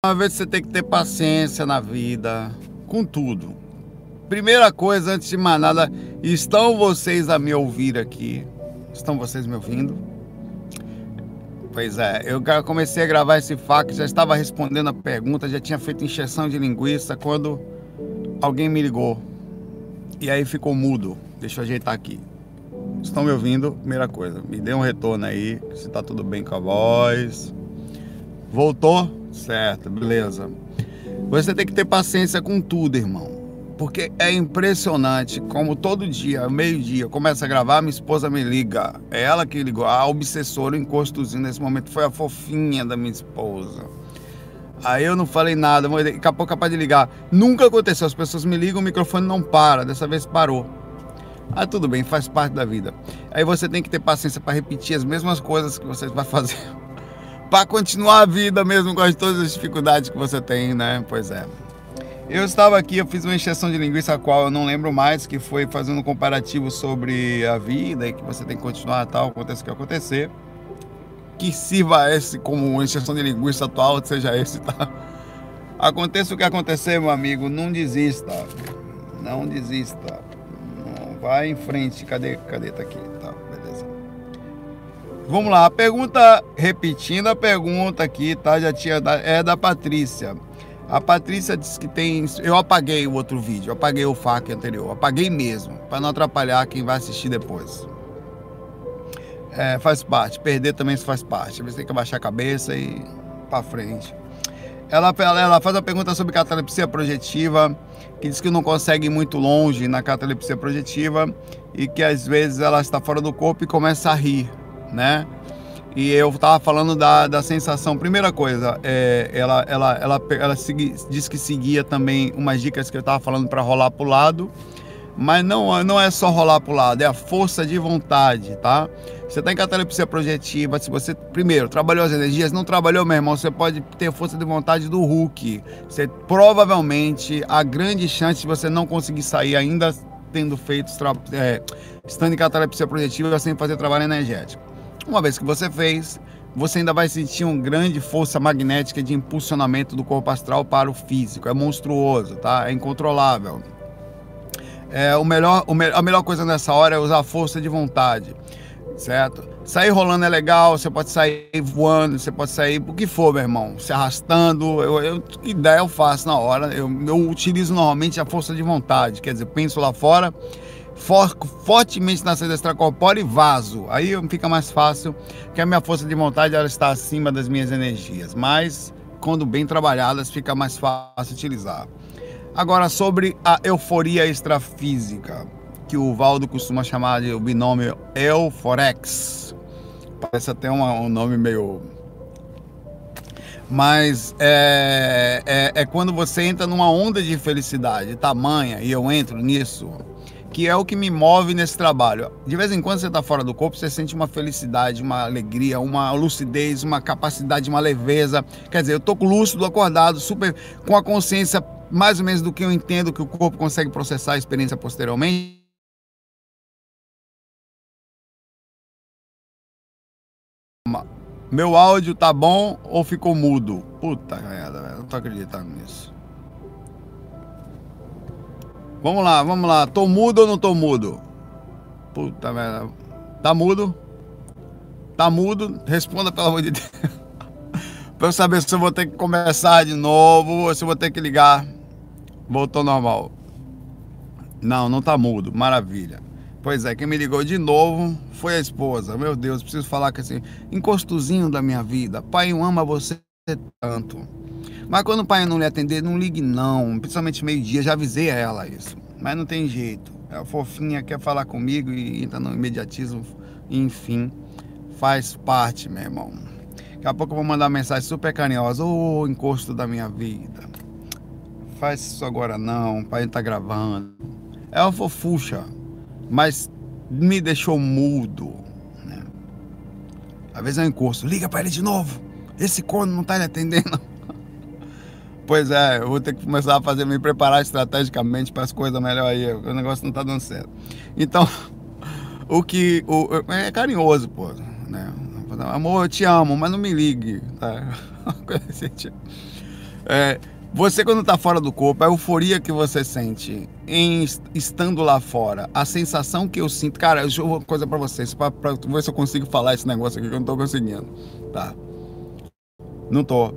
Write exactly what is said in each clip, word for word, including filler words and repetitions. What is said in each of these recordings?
Uma vez você tem que ter paciência na vida, com tudo. Primeira coisa, antes de mais nada, estão vocês a me ouvir aqui? Estão vocês me ouvindo? Pois é, eu comecei a gravar esse F A Q, já estava respondendo a pergunta, já tinha feito encheção de linguiça quando alguém me ligou. E aí ficou mudo. Deixa eu ajeitar aqui. Estão me ouvindo? Primeira coisa, me dê um retorno aí, se tá tudo bem com a voz. Voltou? Certo, beleza. Você tem que ter paciência com tudo, irmão. Porque é impressionante como todo dia, meio-dia, começa a gravar, minha esposa me liga. É ela que ligou. A obsessora, o encostozinho nesse momento foi a fofinha da minha esposa. Aí eu não falei nada, daqui a pouco capaz de ligar. Nunca aconteceu, as pessoas me ligam, o microfone não para, dessa vez parou. Ah, tudo bem, faz parte da vida. Aí você tem que ter paciência para repetir as mesmas coisas que você vai fazer. Para continuar a vida mesmo com as, todas as dificuldades que você tem, né? Pois é. Eu estava aqui, eu fiz uma encheção de linguiça, a qual eu não lembro mais, que foi fazendo um comparativo sobre a vida e que você tem que continuar tal, aconteça o que acontecer. Que sirva esse como encheção de linguiça atual, seja esse, tá? Aconteça o que acontecer, meu amigo, não desista. Não desista. Não, vai em frente. Cadê? Cadê? Tá aqui, tá, beleza. Vamos lá, a pergunta, repetindo a pergunta aqui, tá? Já tinha, é da Patrícia. A Patrícia disse que tem... Eu apaguei o outro vídeo, eu apaguei o F A Q anterior, apaguei mesmo, para não atrapalhar quem vai assistir depois. É, faz parte, perder também faz parte, você tem que abaixar a cabeça e ir para frente. Ela, ela faz a pergunta sobre catalepsia projetiva, que diz que não consegue ir muito longe na catalepsia projetiva e que às vezes ela está fora do corpo e começa a rir, né? E eu estava falando da, da sensação. Primeira coisa, é, ela, ela, ela, ela segui, disse que seguia também umas dicas que eu estava falando para rolar para o lado, mas não, não é só rolar para o lado, é a força de vontade, tá? Você está em catalepsia projetiva, se você, primeiro, trabalhou as energias, não trabalhou, meu irmão, você pode ter força de vontade do Hulk. Você provavelmente, há grande chance de você não conseguir sair ainda tendo feito, é, estando em catalepsia projetiva sem fazer trabalho energético. Uma vez que você fez, você ainda vai sentir uma grande força magnética de impulsionamento do corpo astral para o físico. É monstruoso, tá? É incontrolável. É, o melhor, o me a melhor coisa nessa hora é usar a força de vontade, certo? Sair rolando é legal, você pode sair voando, você pode sair o que for, meu irmão, se arrastando. Eu, eu, que ideia eu faço na hora. Eu, eu utilizo normalmente a força de vontade, quer dizer, penso lá fora, For, fortemente na saída extracorpórea e vaso. Aí fica mais fácil, porque a minha força de vontade ela está acima das minhas energias, mas quando bem trabalhadas fica mais fácil utilizar. Agora, sobre a euforia extrafísica, que o Valdo costuma chamar de o binômio Euforex. Parece até uma, um nome meio... Mas é, é, é quando você entra numa onda de felicidade tamanha, e eu entro nisso, que é o que me move nesse trabalho. De vez em quando você está fora do corpo, você sente uma felicidade, uma alegria, uma lucidez, uma capacidade, uma leveza. Quer dizer, eu estou lúcido, acordado, super com a consciência mais ou menos do que eu entendo que o corpo consegue processar a experiência posteriormente. Meu áudio tá bom ou ficou mudo? Puta merda, velho, não tô acreditando nisso. Vamos lá, vamos lá. Tô mudo ou não tô mudo? Puta merda. Tá mudo? Tá mudo? Responda, pelo amor de Deus. Pra eu saber se eu vou ter que começar de novo ou se eu vou ter que ligar. Voltou normal. Não, não tá mudo. Maravilha. Pois é, quem me ligou de novo foi a esposa. Meu Deus, preciso falar que assim, encostozinho da minha vida. Pai, eu amo você tanto. Mas quando o pai não lhe atender, não ligue não, principalmente meio-dia, já avisei a ela isso. Mas não tem jeito, a fofinha quer falar comigo e entra no imediatismo, enfim, faz parte, meu irmão. Daqui a pouco eu vou mandar uma mensagem super carinhosa, ô oh, encosto da minha vida, faz isso agora não, o pai tá gravando. É uma fofucha, mas me deixou mudo, né? Às vezes eu encosto, liga pra ele de novo, esse corno não tá lhe atendendo. Pois é, eu vou ter que começar a fazer, me preparar estrategicamente para as coisas melhor aí, o negócio não tá dando certo. Então, o que, o, é carinhoso, pô, né? Amor, eu te amo, mas não me ligue, tá? É, você quando está fora do corpo, a euforia que você sente em estando lá fora, a sensação que eu sinto, cara, eu vou uma coisa para vocês, para ver se eu consigo falar esse negócio aqui que eu não tô conseguindo, tá? Não tô.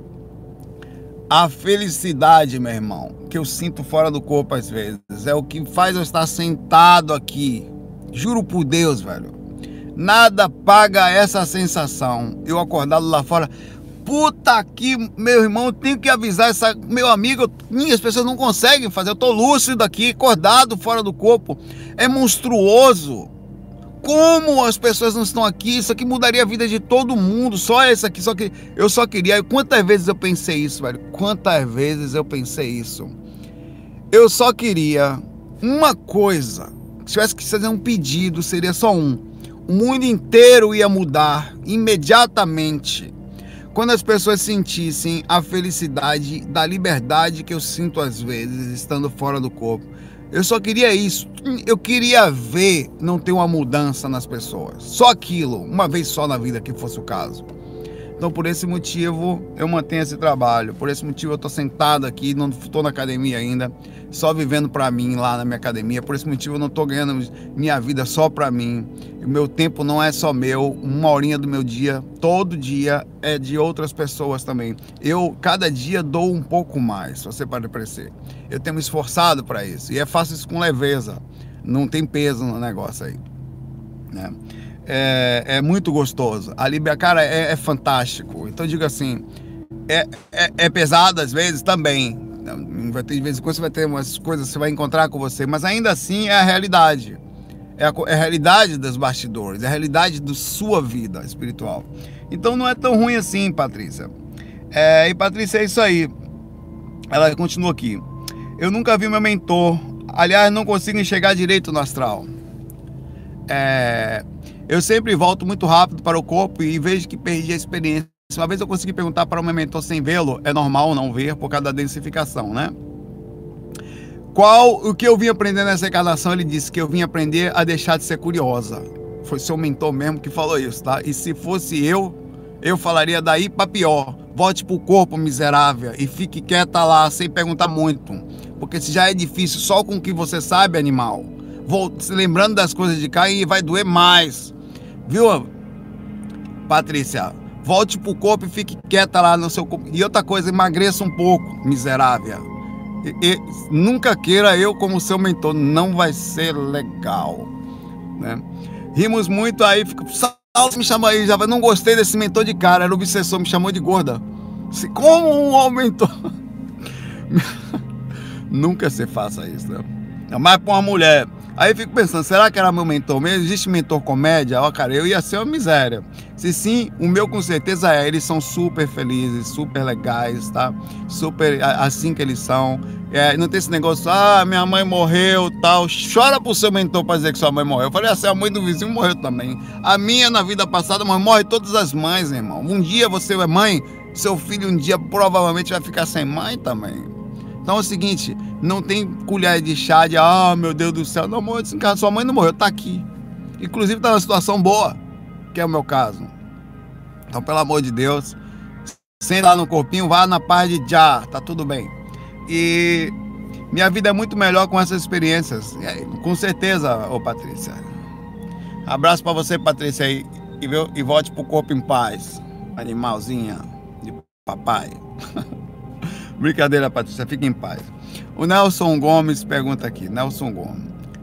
A felicidade, meu irmão, que eu sinto fora do corpo às vezes, é o que faz eu estar sentado aqui. Juro por Deus, velho. Nada paga essa sensação. Eu acordado lá fora. Puta que, meu irmão, eu tenho que avisar essa, meu amigo, as pessoas não conseguem fazer. Eu tô lúcido aqui, acordado fora do corpo. É monstruoso. Como as pessoas não estão aqui? Isso aqui mudaria a vida de todo mundo. Só esse aqui, só que eu só queria. Quantas vezes eu pensei isso, velho? Quantas vezes eu pensei isso? Eu só queria uma coisa. Se tivesse que fazer um pedido, seria só um. O mundo inteiro ia mudar imediatamente quando as pessoas sentissem a felicidade da liberdade que eu sinto às vezes estando fora do corpo. Eu só queria isso. Eu queria ver não ter uma mudança nas pessoas. Só aquilo, uma vez só na vida que fosse o caso. Então, por esse motivo, eu mantenho esse trabalho. Por esse motivo, eu estou sentado aqui, não estou na academia ainda, só vivendo para mim lá na minha academia. Por esse motivo, eu não estou ganhando minha vida só para mim. O meu tempo não é só meu. Uma horinha do meu dia, todo dia, é de outras pessoas também. Eu, cada dia, dou um pouco mais, se você pode parecer. Eu tenho me esforçado para isso. E é fácil isso com leveza. Não tem peso no negócio aí, né? É, é muito gostoso. A liberdade, cara, é, é fantástico. Então eu digo assim, é, é, é pesado às vezes também. Vai ter, de vez em quando você vai ter umas coisas que você vai encontrar com você, mas ainda assim é a realidade. É a, é a realidade dos bastidores, é a realidade da sua vida espiritual. Então não é tão ruim assim, Patrícia. É, e Patrícia, é isso aí. Ela continua aqui. Eu nunca vi meu mentor. Aliás, não consigo enxergar direito no astral. É... Eu sempre volto muito rápido para o corpo e vejo que perdi a experiência. Uma vez eu consegui perguntar para o meu mentor sem vê-lo, é normal não ver por causa da densificação, né? Qual o que eu vim aprender nessa encarnação? Ele disse que eu vim aprender a deixar de ser curiosa. Foi seu mentor mesmo que falou isso, tá? E se fosse eu, eu falaria daí para pior. Volte para o corpo, miserável, e fique quieta lá, sem perguntar muito. Porque se já é difícil só com o que você sabe, animal, vou se lembrando das coisas de cá e vai doer mais. Viu, Patrícia? Volte pro corpo e fique quieta lá no seu corpo. E outra coisa, emagreça um pouco, miserável. E, e, nunca queira eu como seu mentor, não vai ser legal, né? Rimos muito aí, fica, Saulo me chamou aí, já não gostei desse mentor de cara, era o obsessor, me chamou de gorda. Se, como um mentor? Nunca se faça isso, né? É mais pra uma mulher. Aí eu fico pensando, será que era meu mentor mesmo? Existe mentor comédia? Ó, cara, eu ia ser uma miséria. Se sim, o meu com certeza é. Eles são super felizes, super legais, tá? Super assim que eles são. É, não tem esse negócio, ah, minha mãe morreu, tal. Chora pro seu mentor pra dizer que sua mãe morreu. Eu falei assim, a mãe do vizinho morreu também. A minha na vida passada, mas morre todas as mães, irmão. Um dia você é mãe, seu filho um dia provavelmente vai ficar sem mãe também. Então é o seguinte, não tem colher de chá de, ah, meu Deus do céu, não morreu desencarnado, sua mãe não morreu, tá aqui. Inclusive tá numa situação boa, que é o meu caso. Então, pelo amor de Deus, senta lá no corpinho, vá na paz de já, tá tudo bem. E minha vida é muito melhor com essas experiências, com certeza, ô Patrícia. Abraço pra você, Patrícia, aí, e, e volte pro corpo em paz, animalzinha de papai. Brincadeira, Patrícia, fique em paz. O Nelson Gomes pergunta aqui, Nelson Gomes.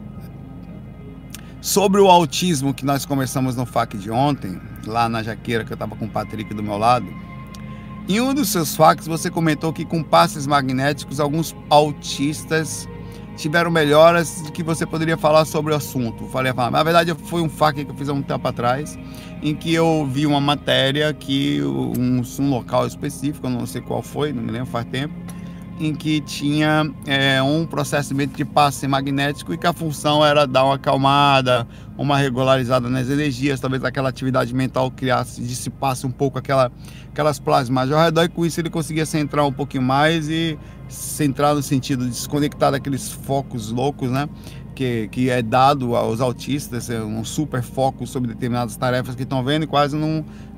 Sobre o autismo que nós conversamos no F A Q de ontem, lá na Jaqueira, que eu estava com o Patrick do meu lado, em um dos seus F A Qs você comentou que com passes magnéticos alguns autistas tiveram melhoras de que você poderia falar sobre o assunto. Falei, na verdade foi um F A Q que eu fiz há um tempo atrás, em que eu vi uma matéria que um, um local específico, eu não sei qual foi, não me lembro, faz tempo, em que tinha é, um processamento de passe magnético e que a função era dar uma acalmada, uma regularizada nas energias, talvez aquela atividade mental criasse, dissipasse um pouco aquela, aquelas plasmas ao redor, e com isso ele conseguia centrar um pouquinho mais e centrar no sentido de desconectar daqueles focos loucos, né? Que, que é dado aos autistas, um super foco sobre determinadas tarefas que estão vendo e quase não,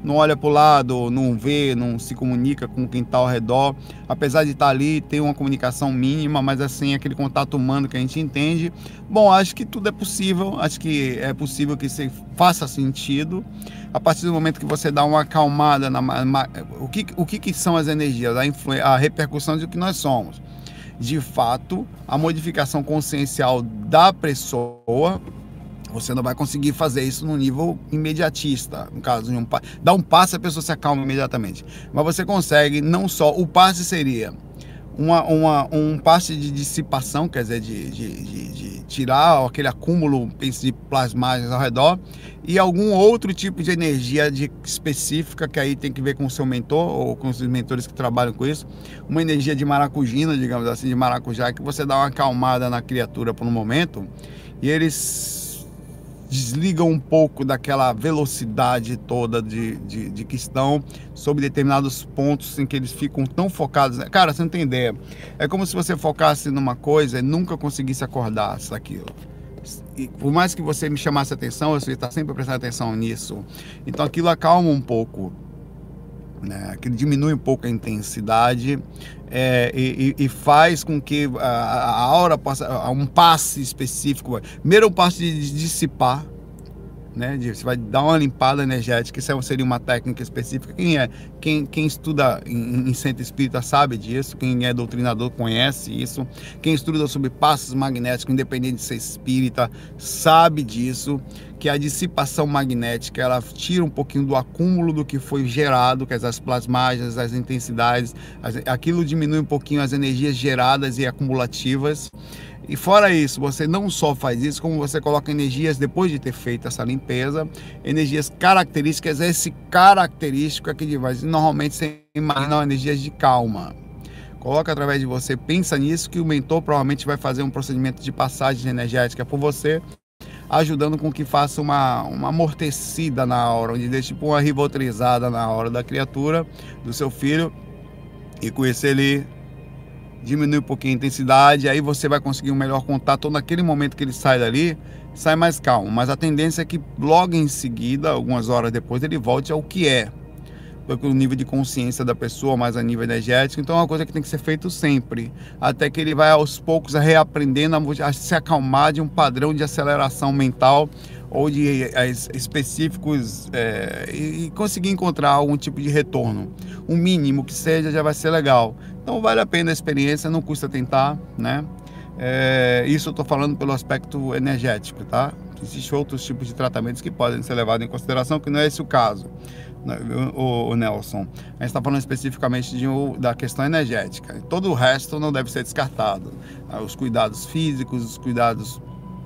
não olha para o lado, não vê, não se comunica com quem está ao redor. Apesar de estar ali, tem uma comunicação mínima, mas assim, aquele contato humano que a gente entende. Bom, acho que tudo é possível, acho que é possível que isso faça sentido. A partir do momento que você dá uma acalmada, na, na, o, que, o que, que são as energias? A, influ, a repercussão do que nós somos. De fato, a modificação consciencial da pessoa, você não vai conseguir fazer isso no nível imediatista. No caso de um dar um passe, a pessoa se acalma imediatamente. Mas você consegue, não só, o passe seria uma, uma, um passe de dissipação, quer dizer, de, de, de, de tirar aquele acúmulo de plasmagens ao redor, e algum outro tipo de energia de, específica, que aí tem que ver com o seu mentor, ou com os mentores que trabalham com isso, uma energia de maracujina, digamos assim, de maracujá, que você dá uma acalmada na criatura por um momento, e eles desligam um pouco daquela velocidade toda de, de, de que estão sobre determinados pontos em que eles ficam tão focados. Cara, você não tem ideia. É como se você focasse numa coisa e nunca conseguisse acordar daquilo. E por mais que você me chamasse atenção, você está sempre prestando atenção nisso. Então aquilo acalma um pouco, né? Aquilo diminui um pouco a intensidade, é, e, e faz com que a, a aura possa, um passe específico, primeiro um passe de dissipar, né? Você vai dar uma limpada energética. Isso seria uma técnica específica. Quem é, quem, quem estuda em, em centro espírita sabe disso, quem é doutrinador conhece isso, quem estuda sobre passos magnéticos, independente de ser espírita, sabe disso, que a dissipação magnética, ela tira um pouquinho do acúmulo do que foi gerado, que é as plasmagens, as intensidades, as, aquilo diminui um pouquinho as energias geradas e acumulativas. E fora isso, você não só faz isso, como você coloca energias, depois de ter feito essa limpeza, energias características, esse característico aqui de voz, normalmente você imagina energias de calma. Coloca através de você, pensa nisso, que o mentor provavelmente vai fazer um procedimento de passagem energética por você, ajudando com que faça uma, uma amortecida na hora, onde deixe tipo uma rivotrizada na hora da criatura, do seu filho, e com isso ele diminui um pouquinho a intensidade, aí você vai conseguir um melhor contato. Ou naquele momento que ele sai dali, sai mais calmo, mas a tendência é que logo em seguida, algumas horas depois, ele volte ao que é, porque o nível de consciência da pessoa, mais a nível energético. Então é uma coisa que tem que ser feito sempre, até que ele vai aos poucos reaprendendo a, a se acalmar de um padrão de aceleração mental ou de é, específicos, é, e, e conseguir encontrar algum tipo de retorno, o mínimo que seja, já vai ser legal. Então vale a pena a experiência, não custa tentar, né? É, isso eu estou falando pelo aspecto energético, tá? Existem outros tipos de tratamentos que podem ser levados em consideração, que não é esse o caso, né, o, o Nelson. A gente está falando especificamente de, da questão energética. Todo o resto não deve ser descartado. Os cuidados físicos, os cuidados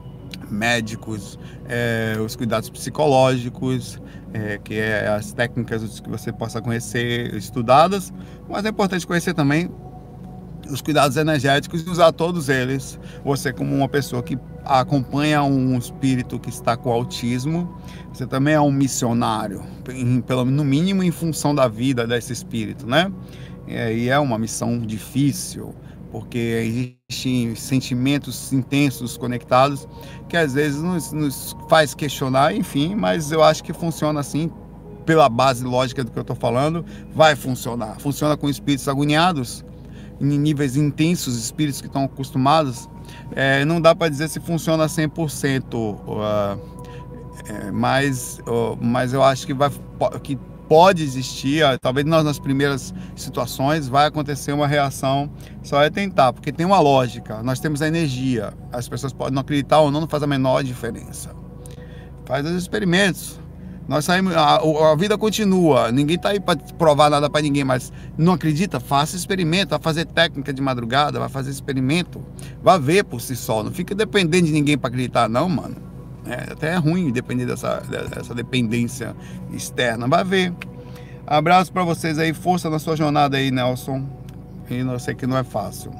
médicos, é, os cuidados psicológicos, é, que é as técnicas que você possa conhecer, estudadas, mas é importante conhecer também os cuidados energéticos e usar todos eles. Você, como uma pessoa que acompanha um espírito que está com autismo, você também é um missionário, em, pelo no mínimo em função da vida desse espírito, né? É, e é uma missão difícil, porque existem sentimentos intensos conectados que às vezes nos, nos faz questionar, enfim, mas eu acho que funciona assim, pela base lógica do que eu estou falando, vai funcionar. Funciona com espíritos agoniados, em níveis intensos, espíritos que estão acostumados. É, não dá para dizer se funciona cem por cento, uh, é, mas, uh, mas eu acho que vai... Que pode existir, talvez nas, nas primeiras situações vai acontecer uma reação, só é tentar, porque tem uma lógica, nós temos a energia, as pessoas podem não acreditar ou não, não faz a menor diferença. Faz os experimentos, nós saímos, a, a vida continua, ninguém está aí para provar nada para ninguém, mas não acredita, faça experimento, vai fazer técnica de madrugada, vai fazer experimento, vai ver por si só, não fica dependendo de ninguém para acreditar não, mano. É, até é ruim depender dessa, dessa dependência externa. Vai ver. Abraço para vocês aí. Força na sua jornada aí, Nelson. E eu sei que não é fácil.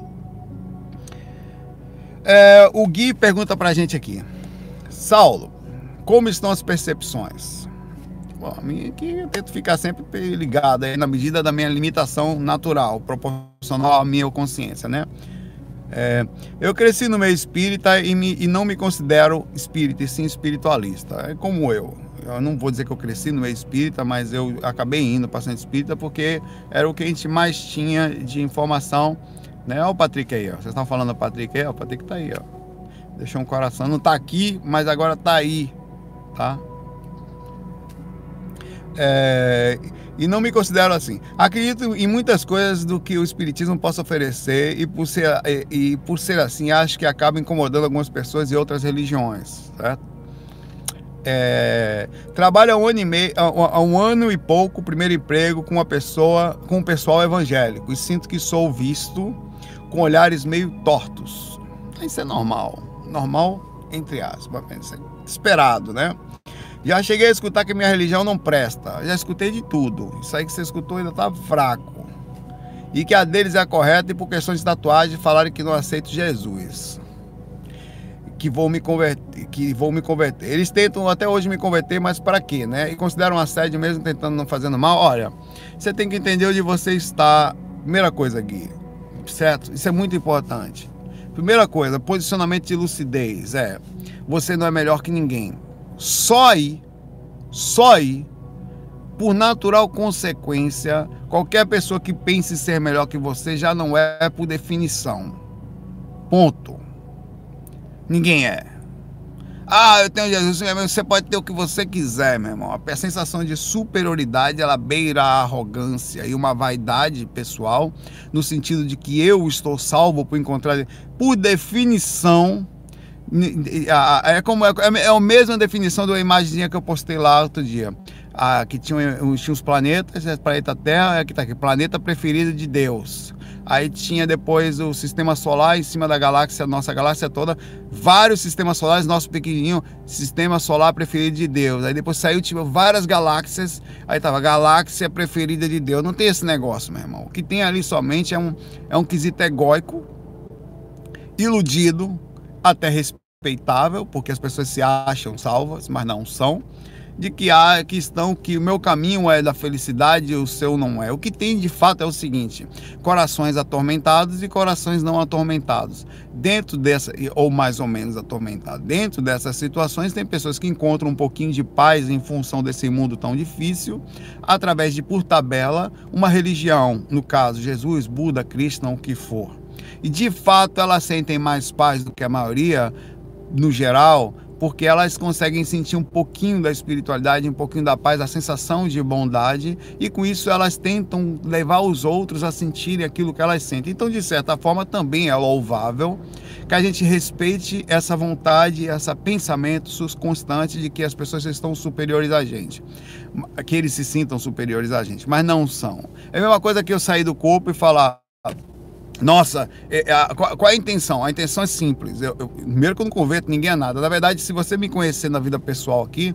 É, o Gui pergunta pra gente aqui: Saulo, como estão as percepções? Bom, a minha aqui eu tento ficar sempre ligado aí na medida da minha limitação natural, proporcional à minha consciência, né? É, eu cresci no meio espírita e, me, e não me considero espírita, e sim espiritualista. É como eu. Eu não vou dizer que eu cresci no meio espírita, mas eu acabei indo para o centro espírita porque era o que a gente mais tinha de informação, né? Olha o Patrick aí, ó. Vocês estão falando do Patrick aí, ó. O Patrick tá aí, ó. Deixou um coração, não tá aqui, mas agora tá aí, tá? É, e não me considero assim. Acredito em muitas coisas do que o espiritismo possa oferecer e por ser, e, e por ser assim, acho que acaba incomodando algumas pessoas e outras religiões, certo? É, trabalho há um ano e meio, há um ano e pouco, primeiro emprego com uma pessoa, com um pessoal evangélico, e sinto que sou visto com olhares meio tortos. Isso é normal, normal entre aspas, esperado, né? Já cheguei a escutar que minha religião não presta, já escutei de tudo. Isso aí que você escutou ainda tá fraco. E que a deles é a correta, e por questões de tatuagem falarem que não aceito Jesus. Que vou me converter, que vou me converter. Eles tentam até hoje me converter, mas para quê, né? E consideram um assédio mesmo tentando não fazendo mal. Olha, você tem que entender onde você está. Primeira coisa, Gui, certo? Isso é muito importante. Primeira coisa, posicionamento de lucidez. É, você não é melhor que ninguém. Só aí, só aí, por natural consequência, qualquer pessoa que pense ser melhor que você já não é por definição. Ponto. Ninguém é. Ah, eu tenho Jesus, você pode ter o que você quiser, meu irmão. A sensação de superioridade, ela beira a arrogância e uma vaidade pessoal, no sentido de que eu estou salvo por encontrar, por definição, é como é, é a mesma definição da imagenzinha que eu postei lá outro dia. Ah, que tinha, tinha os planetas, o planeta Terra, aqui tá aqui, planeta preferido de Deus. Aí tinha depois o sistema solar em cima da galáxia, nossa galáxia toda, vários sistemas solares, nosso pequenininho sistema solar preferido de Deus. Aí depois saiu, tipo, várias galáxias, aí tava galáxia preferida de Deus. Não tem esse negócio, meu irmão. O que tem ali somente é um, é um quesito egóico, iludido, até respeitável, porque as pessoas se acham salvas, mas não são. De que há que estão que o meu caminho é da felicidade e o seu não é. O que tem de fato é o seguinte: corações atormentados e corações não atormentados. Dentro dessa, ou mais ou menos atormentados, dentro dessas situações tem pessoas que encontram um pouquinho de paz em função desse mundo tão difícil, através de, por tabela, uma religião, no caso Jesus, Buda, Krishna, o que for. E de fato elas sentem mais paz do que a maioria, no geral, porque elas conseguem sentir um pouquinho da espiritualidade, um pouquinho da paz, a sensação de bondade, e com isso elas tentam levar os outros a sentirem aquilo que elas sentem. Então, de certa forma, também é louvável que a gente respeite essa vontade, esse pensamento constante de que as pessoas estão superiores a gente, que eles se sintam superiores a gente, mas não são. É a mesma coisa que eu sair do corpo e falar: nossa, é, a, qual, qual é a intenção? A intenção é simples. Eu, eu, primeiro que eu não converto ninguém a nada. Na verdade, se você me conhecer na vida pessoal aqui,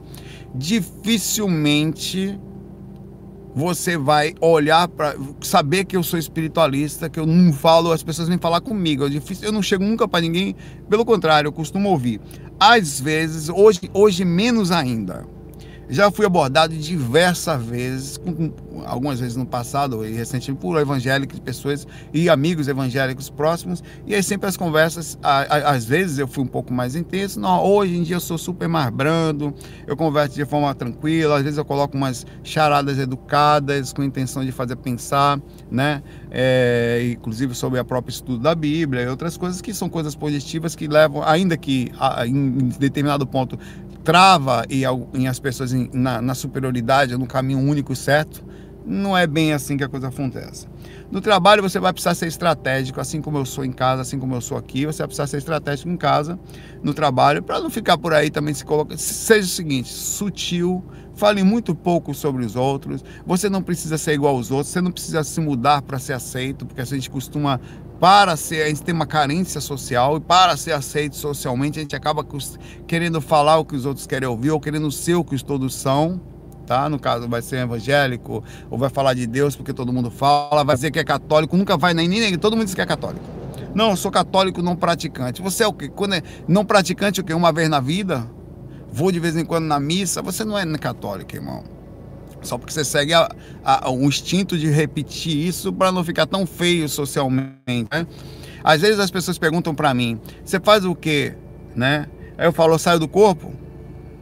dificilmente você vai olhar para saber que eu sou espiritualista, que eu não falo, as pessoas vêm falar comigo. Eu, difícil, eu não chego nunca para ninguém, pelo contrário, eu costumo ouvir. Às vezes, hoje, hoje menos ainda. Já fui abordado diversas vezes, com, algumas vezes no passado e recentemente, por evangélicos, pessoas e amigos evangélicos próximos, e aí sempre as conversas, a, a, às vezes eu fui um pouco mais intenso. Não, hoje em dia eu sou super mais brando, eu converso de forma tranquila, às vezes eu coloco umas charadas educadas com a intenção de fazer pensar, né? É, inclusive sobre o próprio estudo da Bíblia e outras coisas que são coisas positivas que levam, ainda que a, em determinado ponto trava e, e as pessoas em, na, na superioridade, no caminho único e certo, não é bem assim que a coisa acontece. No trabalho você vai precisar ser estratégico, assim como eu sou em casa, assim como eu sou aqui, você vai precisar ser estratégico em casa, no trabalho, para não ficar por aí também se colocar. Seja o seguinte, sutil, fale muito pouco sobre os outros, você não precisa ser igual aos outros, você não precisa se mudar para ser aceito, porque a gente costuma, para ser, a gente tem uma carência social, e para ser aceito socialmente, a gente acaba querendo falar o que os outros querem ouvir, ou querendo ser o que os todos são, tá? No caso, vai ser evangélico, ou vai falar de Deus porque todo mundo fala, vai dizer que é católico, nunca vai, nem ninguém, todo mundo diz que é católico. Não, eu sou católico não praticante. Você é o quê? Quando é não praticante, o quê? Uma vez na vida? Vou de vez em quando na missa? Você não é católico, irmão. Só porque você segue a, a, o instinto de repetir isso para não ficar tão feio socialmente, né? Às vezes as pessoas perguntam para mim: você faz o quê? Né? Aí eu falo: eu saio do corpo.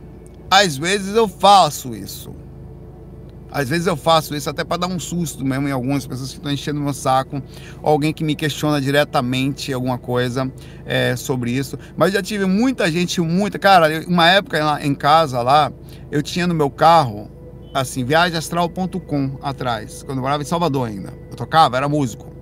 às vezes eu faço isso. Às vezes eu faço isso até para dar um susto mesmo em algumas pessoas que estão enchendo meu saco, ou alguém que me questiona diretamente alguma coisa é, sobre isso. Mas já tive muita gente, muita... Cara, uma época lá em casa, lá, eu tinha no meu carro, assim, viagem astral ponto com atrás, quando eu morava em Salvador ainda. Eu tocava, era músico.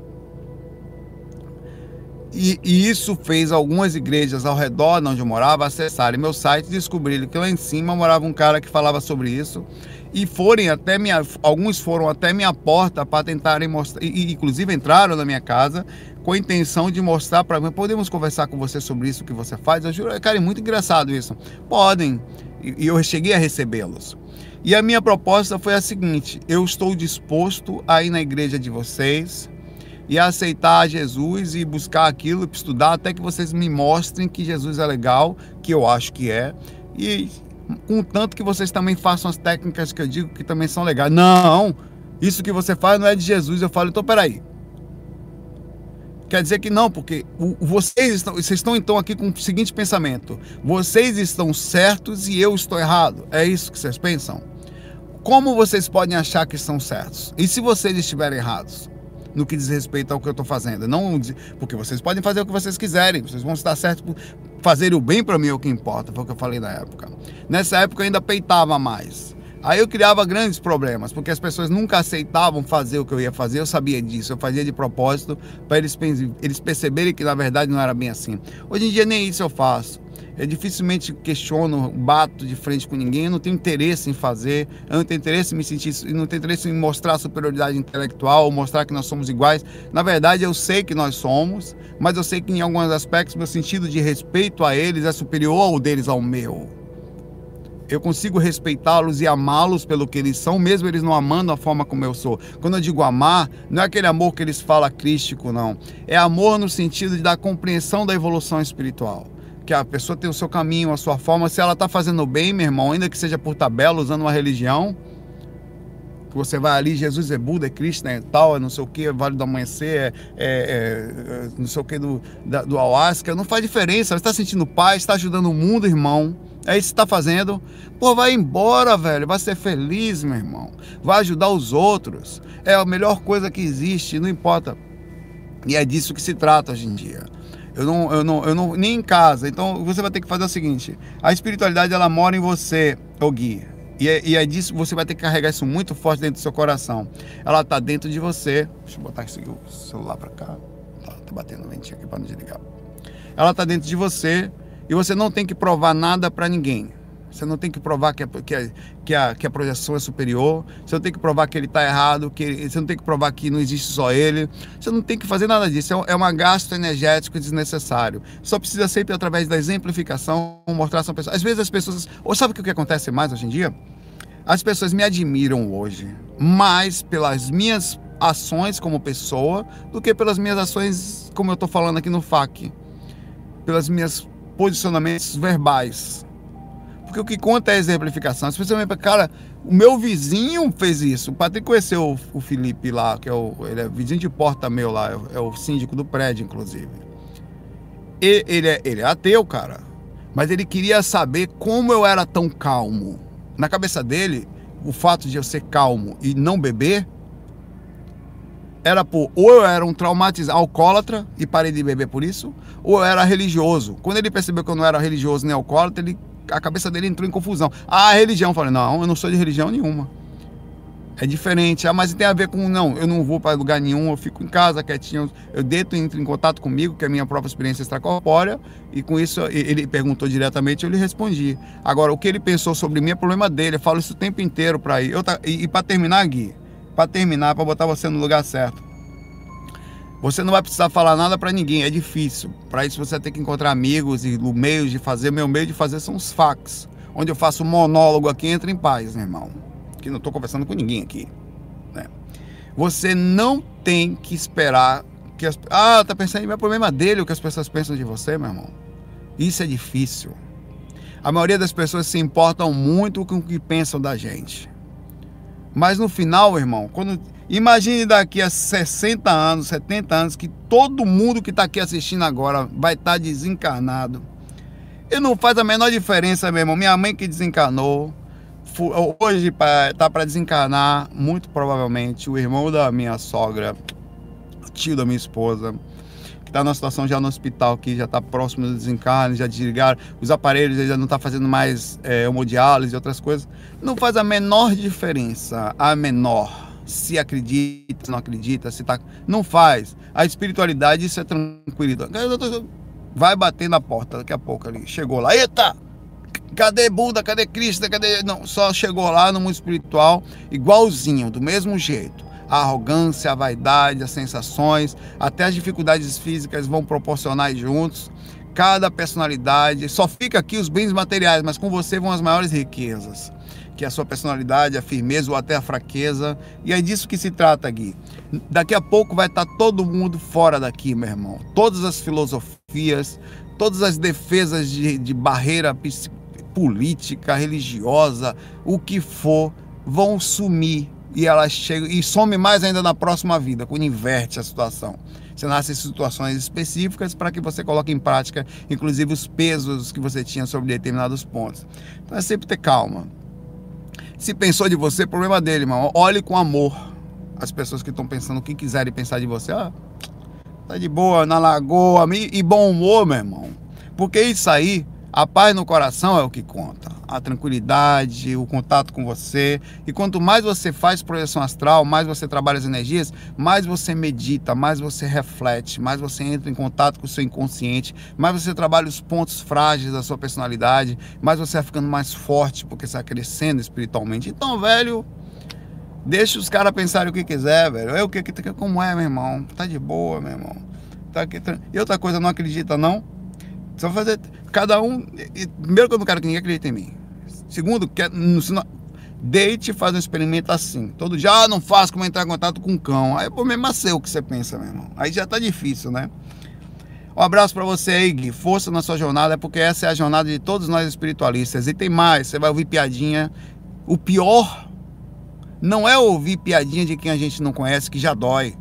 E, e isso fez algumas igrejas ao redor de onde eu morava acessarem meu site e descobrirem que lá em cima morava um cara que falava sobre isso. E forem até minha, alguns foram até minha porta para tentarem mostrar, e, inclusive entraram na minha casa com a intenção de mostrar para mim, podemos conversar com você sobre isso que você faz? Eu juro, cara, é muito engraçado isso. Podem, e eu cheguei a recebê-los. E a minha proposta foi a seguinte: eu estou disposto a ir na igreja de vocês e a aceitar Jesus e buscar aquilo, estudar até que vocês me mostrem que Jesus é legal, que eu acho que é, e contanto que vocês também façam as técnicas que eu digo que também são legais. Não, isso que você faz não é de Jesus. Eu falo, então peraí, quer dizer que não, porque vocês estão, vocês estão então aqui com o seguinte pensamento: vocês estão certos e eu estou errado. É isso que vocês pensam? Como vocês podem achar que estão certos? E se vocês estiverem errados no que diz respeito ao que eu estou fazendo? Não, porque vocês podem fazer o que vocês quiserem, vocês vão estar certos por fazer o bem para mim, é o que importa. Foi o que eu falei na época. Nessa época eu ainda peitava mais. Aí eu criava grandes problemas, porque as pessoas nunca aceitavam fazer o que eu ia fazer. Eu sabia disso, eu fazia de propósito para eles, eles perceberem que na verdade não era bem assim. Hoje em dia nem isso eu faço. Eu dificilmente questiono, bato de frente com ninguém. Eu não tenho interesse em fazer, eu não tenho interesse em me sentir, eu não tenho interesse em mostrar superioridade intelectual ou mostrar que nós somos iguais. Na verdade, eu sei que nós somos, mas eu sei que em alguns aspectos meu sentido de respeito a eles é superior ao deles ao meu. Eu consigo respeitá-los e amá-los pelo que eles são, mesmo eles não amando a forma como eu sou. Quando eu digo amar, não é aquele amor que eles falam crístico, não. É amor no sentido de dar compreensão da evolução espiritual. Que a pessoa tem o seu caminho, a sua forma. Se ela está fazendo bem, meu irmão, ainda que seja por tabela, usando uma religião, que você vai ali, Jesus é Buda, é Cristo, é tal, é não sei o que, é Vale do Amanhecer, é, é, é não sei o que do, da, do Ayahuasca, não faz diferença. Você está sentindo paz, está ajudando o mundo, irmão. É isso que está fazendo. Pô, vai embora, velho. Vai ser feliz, meu irmão. Vai ajudar os outros. É a melhor coisa que existe, não importa. E é disso que se trata hoje em dia. Eu não, eu não, eu não, nem em casa. Então você vai ter que fazer o seguinte: a espiritualidade ela mora em você, ô Gui. E é, e é disso que você vai ter que carregar isso muito forte dentro do seu coração. Ela está dentro de você. Deixa eu botar aqui o celular para cá. Tá, tá batendo ventinho aqui para não desligar. Ela está dentro de você. E você não tem que provar nada para ninguém. Você não tem que provar que a, que, a, que, a, que a projeção é superior. Você não tem que provar que ele está errado. Que ele, você não tem que provar que não existe só ele. Você não tem que fazer nada disso. É um, é um gasto energético desnecessário. Só precisa sempre, através da exemplificação, mostrar são pessoas. Às vezes as pessoas... Ou sabe o que acontece mais hoje em dia? As pessoas me admiram hoje mais pelas minhas ações como pessoa do que pelas minhas ações, como eu estou falando aqui no F A Q. Pelas minhas posicionamentos verbais, porque o que conta é a exemplificação. As pessoas me falam, cara, o meu vizinho fez isso. O Patrick conheceu o, o Felipe lá, que é o, ele é vizinho de porta meu lá, é o síndico do prédio, inclusive. E, ele, é, ele é ateu, cara, mas ele queria saber como eu era tão calmo. Na cabeça dele, o fato de eu ser calmo e não beber era por, ou eu era um traumatizado, alcoólatra e parei de beber por isso, ou eu era religioso. Quando ele percebeu que eu não era religioso nem alcoólatra, ele, a cabeça dele entrou em confusão. Ah, a religião. Eu falei, não, eu não sou de religião nenhuma. É diferente. Ah, mas tem a ver com, não, eu não vou para lugar nenhum, eu fico em casa quietinho, eu deito, entro em contato comigo, que é a minha própria experiência extracorpórea, e com isso ele perguntou diretamente, eu lhe respondi. Agora, o que ele pensou sobre mim é problema dele, eu falo isso o tempo inteiro para ir. Eu, e, e para terminar, Gui, para terminar, para botar você no lugar certo. Você não vai precisar falar nada para ninguém, é difícil. Para isso você vai ter que encontrar amigos e meios de fazer. Meu meio de fazer são os fax, onde eu faço um monólogo aqui, entra em paz, meu irmão. Que não estou conversando com ninguém aqui, né? Você não tem que esperar que as... Ah, tá pensando em meu problema dele, o que as pessoas pensam de você, meu irmão. Isso é difícil. A maioria das pessoas se importam muito com o que pensam da gente. Mas no final, irmão, quando... imagine daqui a sessenta anos, setenta anos, que todo mundo que está aqui assistindo agora vai estar desencarnado. E não faz a menor diferença, meu irmão. Minha mãe que desencarnou, hoje tá para desencarnar, muito provavelmente, o irmão da minha sogra, o tio da minha esposa, que está numa situação já no hospital, que já está próximo do desencarne, já desligaram os aparelhos, ele já não está fazendo mais é, hemodiálise e outras coisas. Não faz a menor diferença, a menor. Se acredita, se não acredita, se tá... Não faz. A espiritualidade, isso é tranquilidade. Vai bater na porta daqui a pouco ali. Chegou lá. Eita! Cadê Buda? Cadê Cristo? Cadê... Não, só chegou lá no mundo espiritual, igualzinho, do mesmo jeito. A arrogância, a vaidade, as sensações, até as dificuldades físicas vão proporcionar juntos. Cada personalidade, só fica aqui os bens materiais, mas com você vão as maiores riquezas. Que é a sua personalidade, a firmeza ou até a fraqueza. E é disso que se trata, Gui. Daqui a pouco vai estar todo mundo fora daqui, meu irmão. Todas as filosofias, todas as defesas de, de barreira política, religiosa, o que for, vão sumir. E elas chegam, e some mais ainda na próxima vida, quando inverte a situação. Você nasce em situações específicas para que você coloque em prática, inclusive, os pesos que você tinha sobre determinados pontos. Então é sempre ter calma. Se pensou de você, problema dele, irmão. Olhe com amor as pessoas que estão pensando o que quiserem pensar de você. Ah, tá de boa, na lagoa, e bom humor, meu irmão. Porque isso aí, a paz no coração é o que conta. A tranquilidade, o contato com você. E quanto mais você faz projeção astral, mais você trabalha as energias, mais você medita, mais você reflete, mais você entra em contato com o seu inconsciente, mais você trabalha os pontos frágeis da sua personalidade, mais você vai ficando mais forte, porque você vai crescendo espiritualmente. Então, velho, deixa os caras pensarem o que quiser, velho. É o que, como é, meu irmão? Tá de boa, meu irmão. Tá aqui, e outra coisa, não acredita, não? Só fazer cada um. Primeiro, que eu não quero que ninguém acredite em mim. Segundo, que deite e faz um experimento assim. Todo dia, ah, não faço como entrar em contato com um cão. Aí, pô, mesmo assim, o que você pensa, meu irmão? Aí já tá difícil, né? Um abraço pra você aí, Gui. Força na sua jornada, porque essa é a jornada de todos nós espiritualistas. E tem mais, você vai ouvir piadinha. O pior não é ouvir piadinha de quem a gente não conhece, que já dói.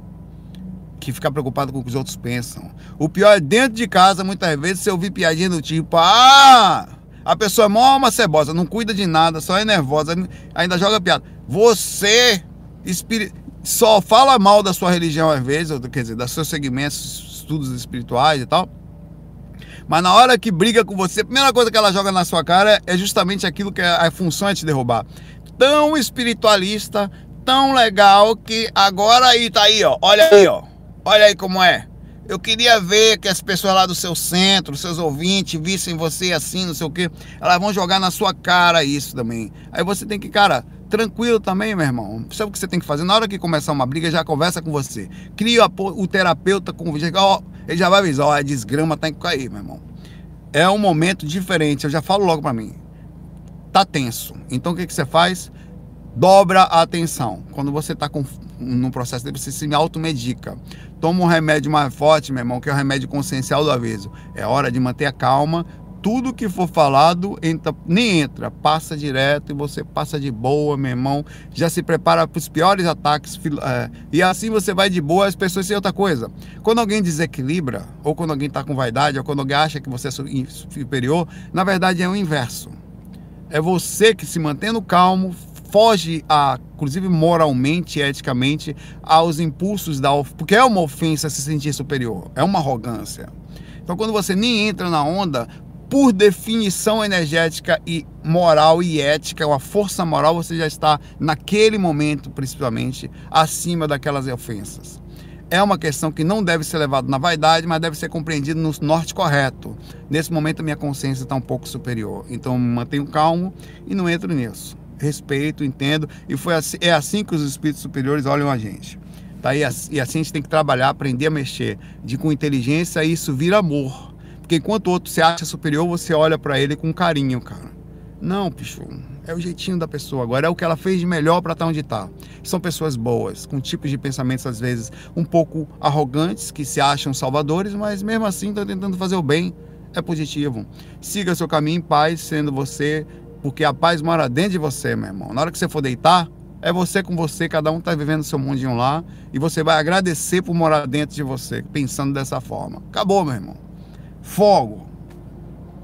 Que fica preocupado com o que os outros pensam. O pior é dentro de casa, muitas vezes, você ouvir piadinha do tipo, ah, a pessoa é mó uma cebosa, não cuida de nada, só é nervosa, ainda joga piada. Você espiri... só fala mal da sua religião às vezes, quer dizer, dos seus segmentos, estudos espirituais e tal. Mas na hora que briga com você, a primeira coisa que ela joga na sua cara é justamente aquilo que a função é te derrubar. Tão espiritualista, tão legal, que agora aí tá aí, ó, olha aí, ó. Olha aí como é. Eu queria ver que as pessoas lá do seu centro, seus ouvintes, vissem você assim, não sei o quê. Elas vão jogar na sua cara isso também. Aí você tem que, cara, tranquilo também, meu irmão. Sabe o que você tem que fazer? Na hora que começar uma briga, já conversa com você. Cria o terapeuta com o ó, ele já vai avisar, ó, a desgrama tem que cair, meu irmão. É um momento diferente, eu já falo logo pra mim. Tá tenso. Então o que, que você faz? Dobra a atenção. Quando você está num processo de você se automedica. Toma um remédio mais forte, meu irmão, que é o remédio consciencial do aviso. É hora de manter a calma. Tudo que for falado, entra, nem entra, passa direto e você passa de boa, meu irmão. Já se prepara para os piores ataques. É, e assim você vai de boa, as pessoas têm outra coisa. Quando alguém desequilibra, ou quando alguém está com vaidade, ou quando alguém acha que você é superior, na verdade é o inverso. É você que, se mantendo calmo, foge, a, inclusive moralmente, eticamente, aos impulsos da ofensa, porque é uma ofensa se sentir superior, é uma arrogância. Então, quando você nem entra na onda, por definição energética e moral e ética, uma força moral, você já está, naquele momento, principalmente, acima daquelas ofensas. É uma questão que não deve ser levada na vaidade, mas deve ser compreendido no norte correto. Nesse momento, a minha consciência está um pouco superior. Então, me mantenho calmo e não entro nisso. Respeito, entendo, e foi assim, é assim que os espíritos superiores olham a gente, tá? E assim a gente tem que trabalhar, aprender a mexer de com inteligência, e isso vira amor, porque enquanto o outro se acha superior, você olha para ele com carinho, cara. Não, bicho, é o jeitinho da pessoa, agora é o que ela fez de melhor para estar onde está. São pessoas boas, com tipos de pensamentos às vezes um pouco arrogantes, que se acham salvadores, mas mesmo assim estão tentando fazer o bem. É positivo. Siga seu caminho em paz, sendo você, porque a paz mora dentro de você, meu irmão. Na hora que você for deitar, é você com você, cada um está vivendo seu mundinho lá, e você vai agradecer por morar dentro de você, pensando dessa forma. Acabou, meu irmão. Fogo.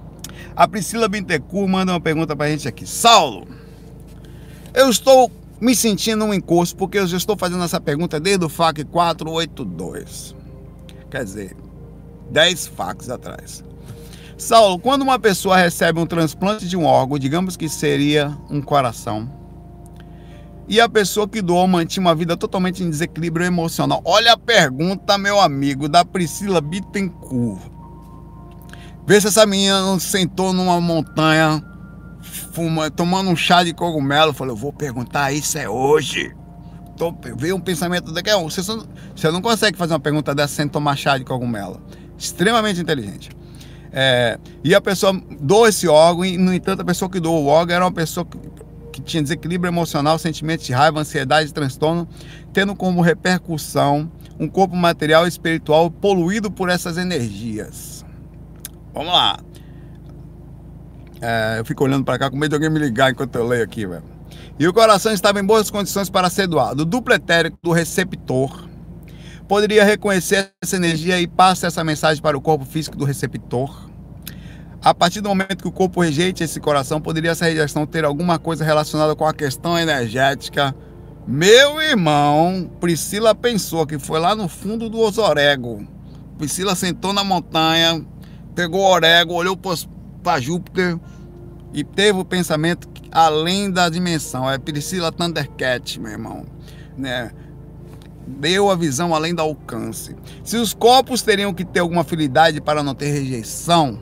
A Priscila Bittencourt manda uma pergunta pra gente aqui. Saulo, eu estou me sentindo um encosto porque eu já estou fazendo essa pergunta desde o F A Q quatrocentos e oitenta e dois. Quer dizer, dez F A Qs atrás. Saulo, quando uma pessoa recebe um transplante de um órgão, digamos que seria um coração, e a pessoa que doou mantinha uma vida totalmente em desequilíbrio emocional. Olha a pergunta, meu amigo, da Priscila Bittencourt. Vê se essa menina não sentou numa montanha, fuma, tomando um chá de cogumelo. Falei, eu vou perguntar isso é hoje. Tô, veio um pensamento daqui. Você, só, você não consegue fazer uma pergunta dessa sem tomar chá de cogumelo. Extremamente inteligente. É, e a pessoa doou esse órgão, e no entanto a pessoa que doou o órgão era uma pessoa que, que tinha desequilíbrio emocional, sentimentos de raiva, ansiedade, transtorno, tendo como repercussão um corpo material e espiritual poluído por essas energias. Vamos lá. É, eu fico olhando para cá com medo de alguém me ligar enquanto eu leio aqui, velho. E o coração estava em boas condições para ser doado. O duplo etérico do receptor poderia reconhecer essa energia e passa essa mensagem para o corpo físico do receptor. A partir do momento que o corpo rejeite esse coração, poderia essa rejeição ter alguma coisa relacionada com a questão energética. Meu irmão, Priscila pensou que foi lá no fundo do Osorego. Priscila sentou na montanha, pegou o orego, olhou para Júpiter e teve o pensamento além da dimensão. É Priscila Thundercat, meu irmão, né? Deu a visão além do alcance. Se os corpos teriam que ter alguma afinidade para não ter rejeição,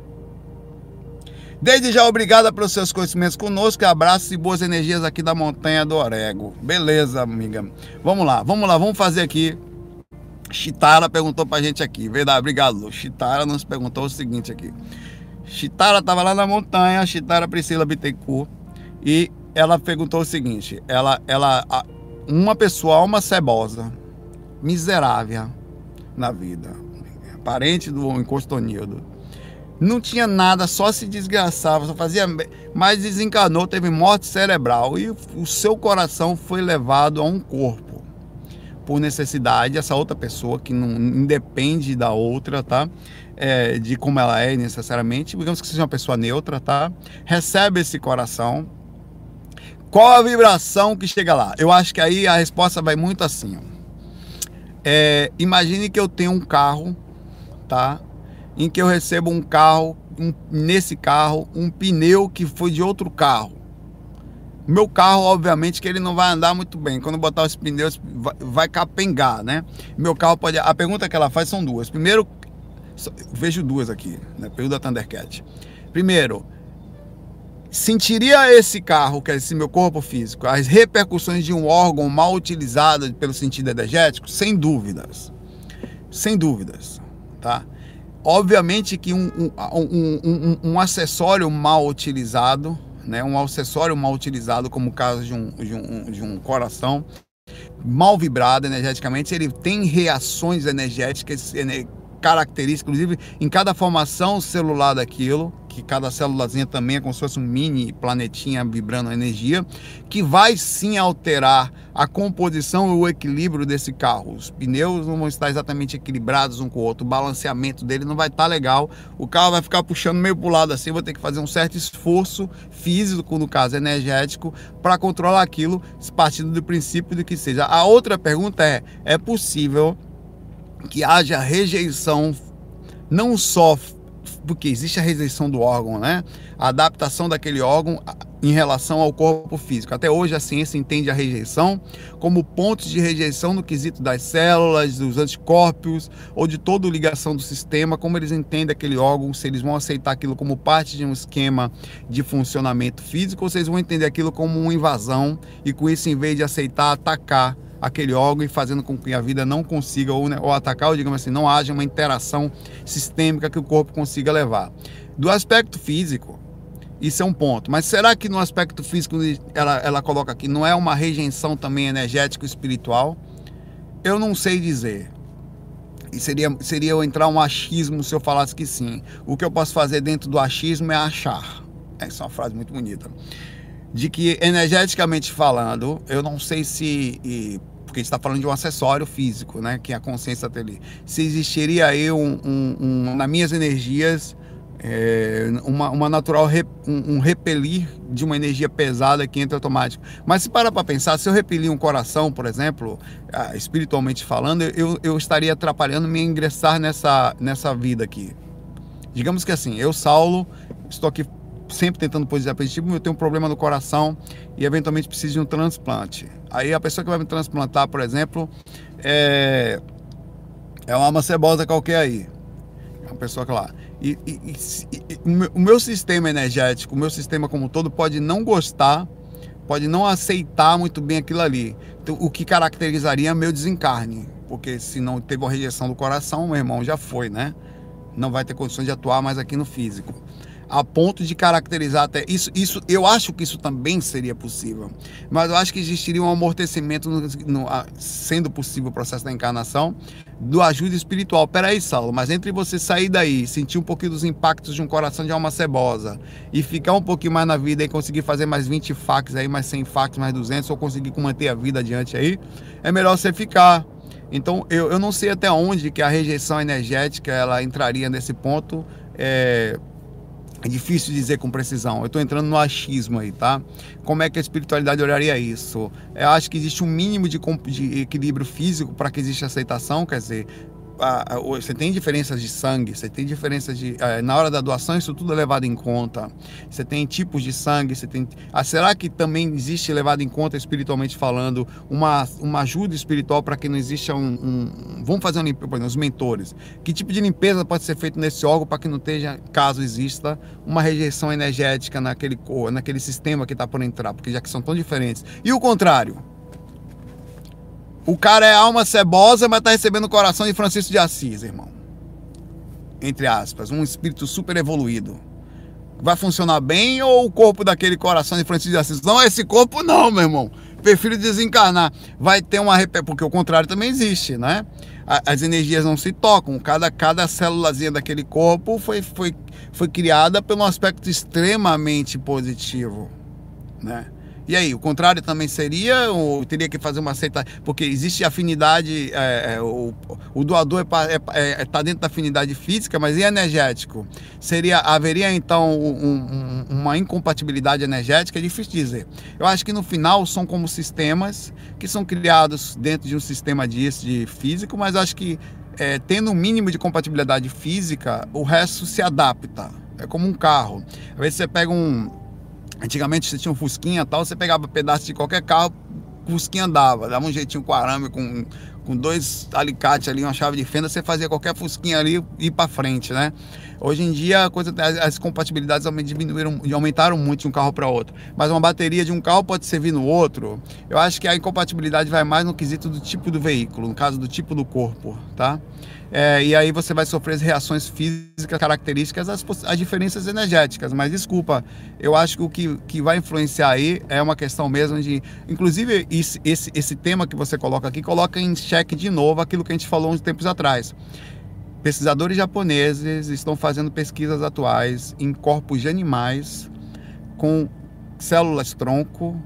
desde já obrigada pelos seus conhecimentos conosco, abraços e boas energias aqui da montanha do Orego. Beleza, amiga. Vamos lá, vamos lá, vamos fazer aqui. Chitara perguntou pra gente aqui. Verdade, obrigado, Lu. Chitara nos perguntou o seguinte aqui. Chitara estava lá na montanha, Chitara Priscila Bittencourt, e ela perguntou o seguinte, ela, ela, uma pessoa, alma cebosa, miserável na vida, parente do Encostonildo, não tinha nada, só se desgraçava, só fazia, mas desencanou, teve morte cerebral e o seu coração foi levado a um corpo por necessidade. Essa outra pessoa que não independe da outra, tá? É, de como ela é necessariamente, digamos que seja uma pessoa neutra, tá? Recebe esse coração. Qual a vibração que chega lá? Eu acho que aí a resposta vai muito assim, ó. É, imagine que eu tenho um carro, tá? Em que eu recebo um carro, um, nesse carro, um pneu que foi de outro carro. Meu carro, obviamente, que ele não vai andar muito bem. Quando botar os pneus, vai, vai capengar, né? Meu carro pode... A pergunta que ela faz são duas. Primeiro, vejo duas aqui, né? Período da Thundercat. Primeiro, sentiria esse carro, que é esse meu corpo físico, as repercussões de um órgão mal utilizado pelo sentido energético? Sem dúvidas. Sem dúvidas, tá? Obviamente que um, um, um, um, um acessório mal utilizado, né, um acessório mal utilizado, como o caso de um, de um, de um coração mal vibrado energeticamente, ele tem reações energéticas características, inclusive em cada formação celular daquilo, que cada célulazinha também é como se fosse um mini planetinha vibrando energia, que vai sim alterar a composição e o equilíbrio desse carro. Os pneus não vão estar exatamente equilibrados um com o outro, o balanceamento dele não vai estar legal, o carro vai ficar puxando meio para o lado assim, vou ter que fazer um certo esforço físico, no caso energético, para controlar aquilo, partindo do princípio de que seja. A outra pergunta é, é possível que haja rejeição, não só porque existe a rejeição do órgão, né? A adaptação daquele órgão em relação ao corpo físico. Até hoje a ciência entende a rejeição como pontos de rejeição no quesito das células, dos anticorpos ou de toda ligação do sistema, como eles entendem aquele órgão, se eles vão aceitar aquilo como parte de um esquema de funcionamento físico ou se eles vão entender aquilo como uma invasão e com isso, em vez de aceitar, atacar aquele órgão e fazendo com que a vida não consiga ou, né, ou atacar, ou digamos assim, não haja uma interação sistêmica que o corpo consiga levar. Do aspecto físico, isso é um ponto, mas será que no aspecto físico ela, ela coloca aqui, não é uma rejeição também energético espiritual? Eu não sei dizer. E seria, seria eu entrar um achismo se eu falasse que sim. O que eu posso fazer dentro do achismo é achar. Essa é uma frase muito bonita. De que, energeticamente falando, eu não sei se, e, porque a gente está falando de um acessório físico, né, que é a consciência dele, se existiria aí um, um, um, nas minhas energias É uma, uma natural rep, um, um repelir de uma energia pesada que entra automático. Mas se parar para pensar, se eu repelir um coração, por exemplo, ah, espiritualmente falando, eu, eu estaria atrapalhando me ingressar nessa, nessa vida aqui. Digamos que assim, eu, Saulo, estou aqui sempre tentando posicionar positivo, eu tenho um problema no coração e eventualmente preciso de um transplante. Aí a pessoa que vai me transplantar, por exemplo, é, é uma macebosa qualquer aí. É uma pessoa que lá... E, e, e, e o meu sistema energético, o meu sistema como um todo pode não gostar, pode não aceitar muito bem aquilo ali. Então, o que caracterizaria meu desencarne, porque se não teve uma rejeição do coração, meu irmão, já foi, né? Não vai ter condições de atuar mais aqui no físico. A ponto de caracterizar até isso, isso, eu acho que isso também seria possível, mas eu acho que existiria um amortecimento, no, no, sendo possível o processo da encarnação, do ajuda espiritual. Peraí, Saulo, mas entre você sair daí, sentir um pouquinho dos impactos de um coração de alma cebosa e ficar um pouquinho mais na vida e conseguir fazer mais vinte facs aí, mais cem facs, mais duzentos, ou conseguir manter a vida adiante aí, é melhor você ficar. Então, eu, eu não sei até onde que a rejeição energética ela entraria nesse ponto. É, é difícil dizer com precisão. Eu estou entrando no achismo aí, tá? Como é que a espiritualidade olharia isso? Eu acho que existe um mínimo de, de equilíbrio físico para que exista aceitação, quer dizer... Você tem diferenças de sangue, você tem diferenças de... Na hora da doação, isso tudo é levado em conta. Você tem tipos de sangue, você tem... Ah, será que também existe, levado em conta, espiritualmente falando, uma, uma ajuda espiritual para que não exista um... um... Vamos fazer uma limpeza, por exemplo, os mentores. Que tipo de limpeza pode ser feita nesse órgão para que não esteja, caso exista, uma rejeição energética naquele, naquele sistema que está por entrar, porque já que são tão diferentes. E o contrário? O cara é alma cebosa, mas está recebendo o coração de Francisco de Assis, irmão. Entre aspas, um espírito super evoluído. Vai funcionar bem ou o corpo daquele coração de Francisco de Assis? Não, esse corpo não, meu irmão. Prefiro desencarnar. Vai ter uma... Porque o contrário também existe, né? As energias não se tocam. Cada, cada célulazinha daquele corpo foi, foi, foi criada pelo aspecto extremamente positivo, né? E aí, o contrário também seria, ou teria que fazer uma aceita, porque existe afinidade, é, é, o, o doador está é, é, tá dentro da afinidade física, mas e energético? Seria, haveria então um, um, uma incompatibilidade energética? É difícil dizer. Eu acho que no final são como sistemas que são criados dentro de um sistema disso, de físico, mas acho que é, tendo um mínimo de compatibilidade física, o resto se adapta. É como um carro. Às vezes você pega um... Antigamente você tinha um Fusquinha e tal, você pegava pedaço de qualquer carro, o Fusquinha andava, dava um jeitinho com arame, com, com dois alicates ali, uma chave de fenda, você fazia qualquer Fusquinha ali e ir para frente, né? Hoje em dia a coisa, as, as compatibilidades diminuíram, aumentaram muito de um carro para outro, mas uma bateria de um carro pode servir no outro. Eu acho que a incompatibilidade vai mais no quesito do tipo do veículo, no caso do tipo do corpo, tá? É, e aí você vai sofrer as reações físicas características, as, as diferenças energéticas, mas desculpa, eu acho que o que, que vai influenciar aí é uma questão mesmo de, inclusive esse, esse, esse tema que você coloca aqui, coloca em xeque de novo aquilo que a gente falou uns tempos atrás. Pesquisadores japoneses estão fazendo pesquisas atuais em corpos de animais com células tronco,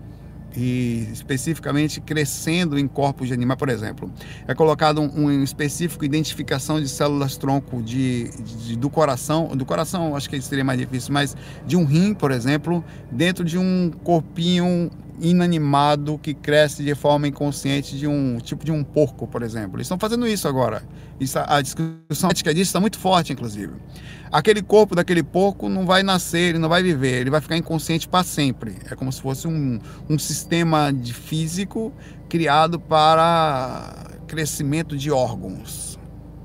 e especificamente crescendo em corpos de animais, por exemplo. É colocado um, um específico identificação de células tronco de, de, do coração, do coração acho que seria mais difícil, mas de um rim, por exemplo, dentro de um corpinho inanimado que cresce de forma inconsciente de um tipo de um porco, por exemplo. Eles estão fazendo isso agora. Isso, a discussão ética disso está muito forte, inclusive. Aquele corpo daquele porco não vai nascer, ele não vai viver, ele vai ficar inconsciente para sempre. É como se fosse um, um sistema de físico criado para crescimento de órgãos.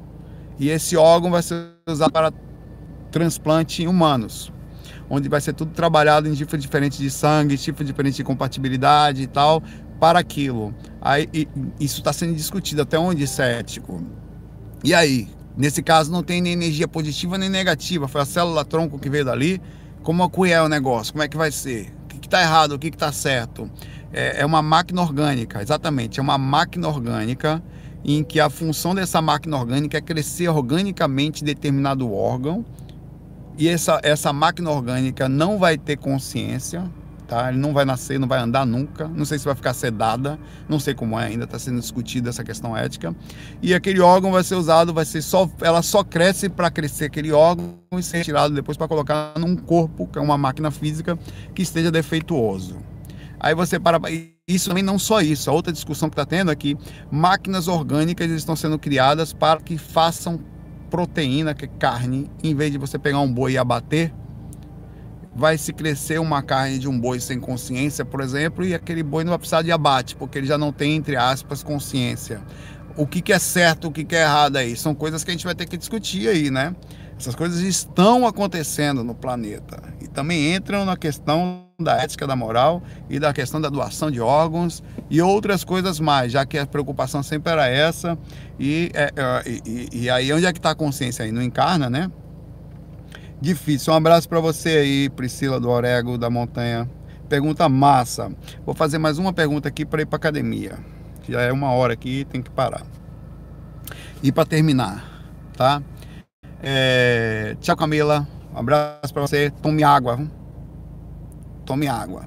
E esse órgão vai ser usado para transplante em humanos, onde vai ser tudo trabalhado em tipos diferentes de sangue, tipos diferentes de compatibilidade e tal, para aquilo. Aí, e, isso está sendo discutido, até onde isso é ético. E aí, nesse caso não tem nem energia positiva nem negativa, foi a célula tronco que veio dali. Como é o negócio? Como é que vai ser? O que está errado? O que está certo? É, é uma máquina orgânica, exatamente, é uma máquina orgânica em que a função dessa máquina orgânica é crescer organicamente determinado órgão. E essa, essa máquina orgânica não vai ter consciência, tá? Ele não vai nascer, não vai andar nunca, não sei se vai ficar sedada, não sei como é, ainda está sendo discutida essa questão ética. E aquele órgão vai ser usado, vai ser só, ela só cresce para crescer aquele órgão e ser retirado depois para colocar num corpo, que é uma máquina física, que esteja defeituoso. Aí você para... Isso também não só isso, a outra discussão que está tendo é que máquinas orgânicas estão sendo criadas para que façam proteína, que é carne, em vez de você pegar um boi e abater, vai se crescer uma carne de um boi sem consciência, por exemplo, e aquele boi não vai precisar de abate, porque ele já não tem, entre aspas, consciência. O que, que é certo, o que, que é errado aí? São coisas que a gente vai ter que discutir aí, né? Essas coisas estão acontecendo no planeta e também entram na questão da ética, da moral e da questão da doação de órgãos e outras coisas mais, já que a preocupação sempre era essa. E, é, é, e, e aí, onde é que está a consciência aí? Não encarna, né? Difícil. Um abraço para você aí, Priscila do Orego, da Montanha. Pergunta massa. Vou fazer mais uma pergunta aqui para ir para academia. Já é uma hora aqui, tem que parar. E para terminar, tá? É... Tchau, Camila. Um abraço para você. Tome água. Tome água.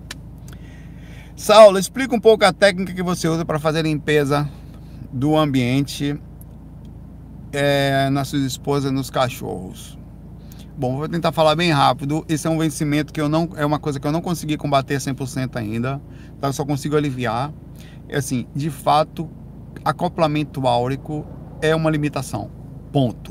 Saulo, explica um pouco a técnica que você usa para fazer a limpeza do ambiente é, na sua esposa e nos cachorros. Bom, vou tentar falar bem rápido. Esse é um vencimento que eu não... É uma coisa que eu não consegui combater cem por cento ainda. Tá? Eu só consigo aliviar. É assim, de fato, acoplamento áurico é uma limitação. Ponto.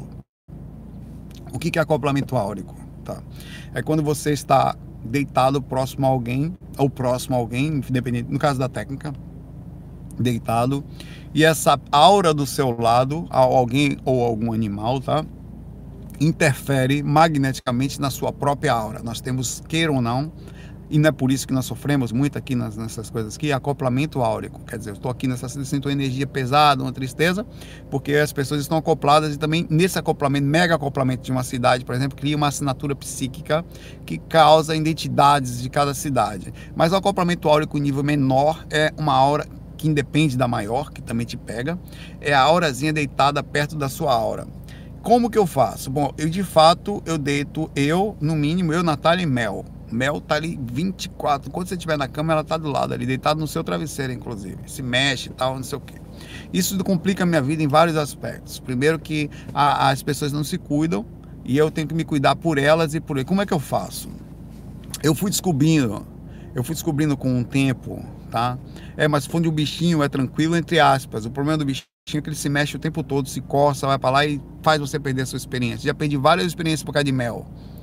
O que é acoplamento áurico? Tá? É quando você está deitado próximo a alguém, ou próximo a alguém, independente, no caso da técnica, deitado, e essa aura do seu lado, alguém ou algum animal, tá? Interfere magneticamente na sua própria aura. Nós temos, queira ou não, e não é por isso que nós sofremos muito aqui nas, nessas coisas aqui, acoplamento áurico. Quer dizer, eu estou aqui nessa, sinto uma energia pesada, uma tristeza, porque as pessoas estão acopladas e também nesse acoplamento, mega acoplamento de uma cidade, por exemplo, cria uma assinatura psíquica que causa identidades de cada cidade. Mas o acoplamento áurico em nível menor é uma aura que independe da maior, que também te pega, é a aurazinha deitada perto da sua aura. Como que eu faço? Bom, eu de fato, eu deito, eu, no mínimo, eu, Natália e Mel. Mel tá ali vinte e quatro, quando você estiver na cama, ela tá do lado ali, deitada no seu travesseiro, inclusive. Se mexe e tal, não sei o quê. Isso complica a minha vida em vários aspectos. Primeiro que a, as pessoas não se cuidam e eu tenho que me cuidar por elas e por ele. Como é que eu faço? Eu fui descobrindo, eu fui descobrindo com o tempo, tá? É, mas se for de um bichinho, é tranquilo, entre aspas. O problema do bichinho é que ele se mexe o tempo todo, se coça, vai pra lá e faz você perder a sua experiência. Já perdi várias experiências por causa de Mel.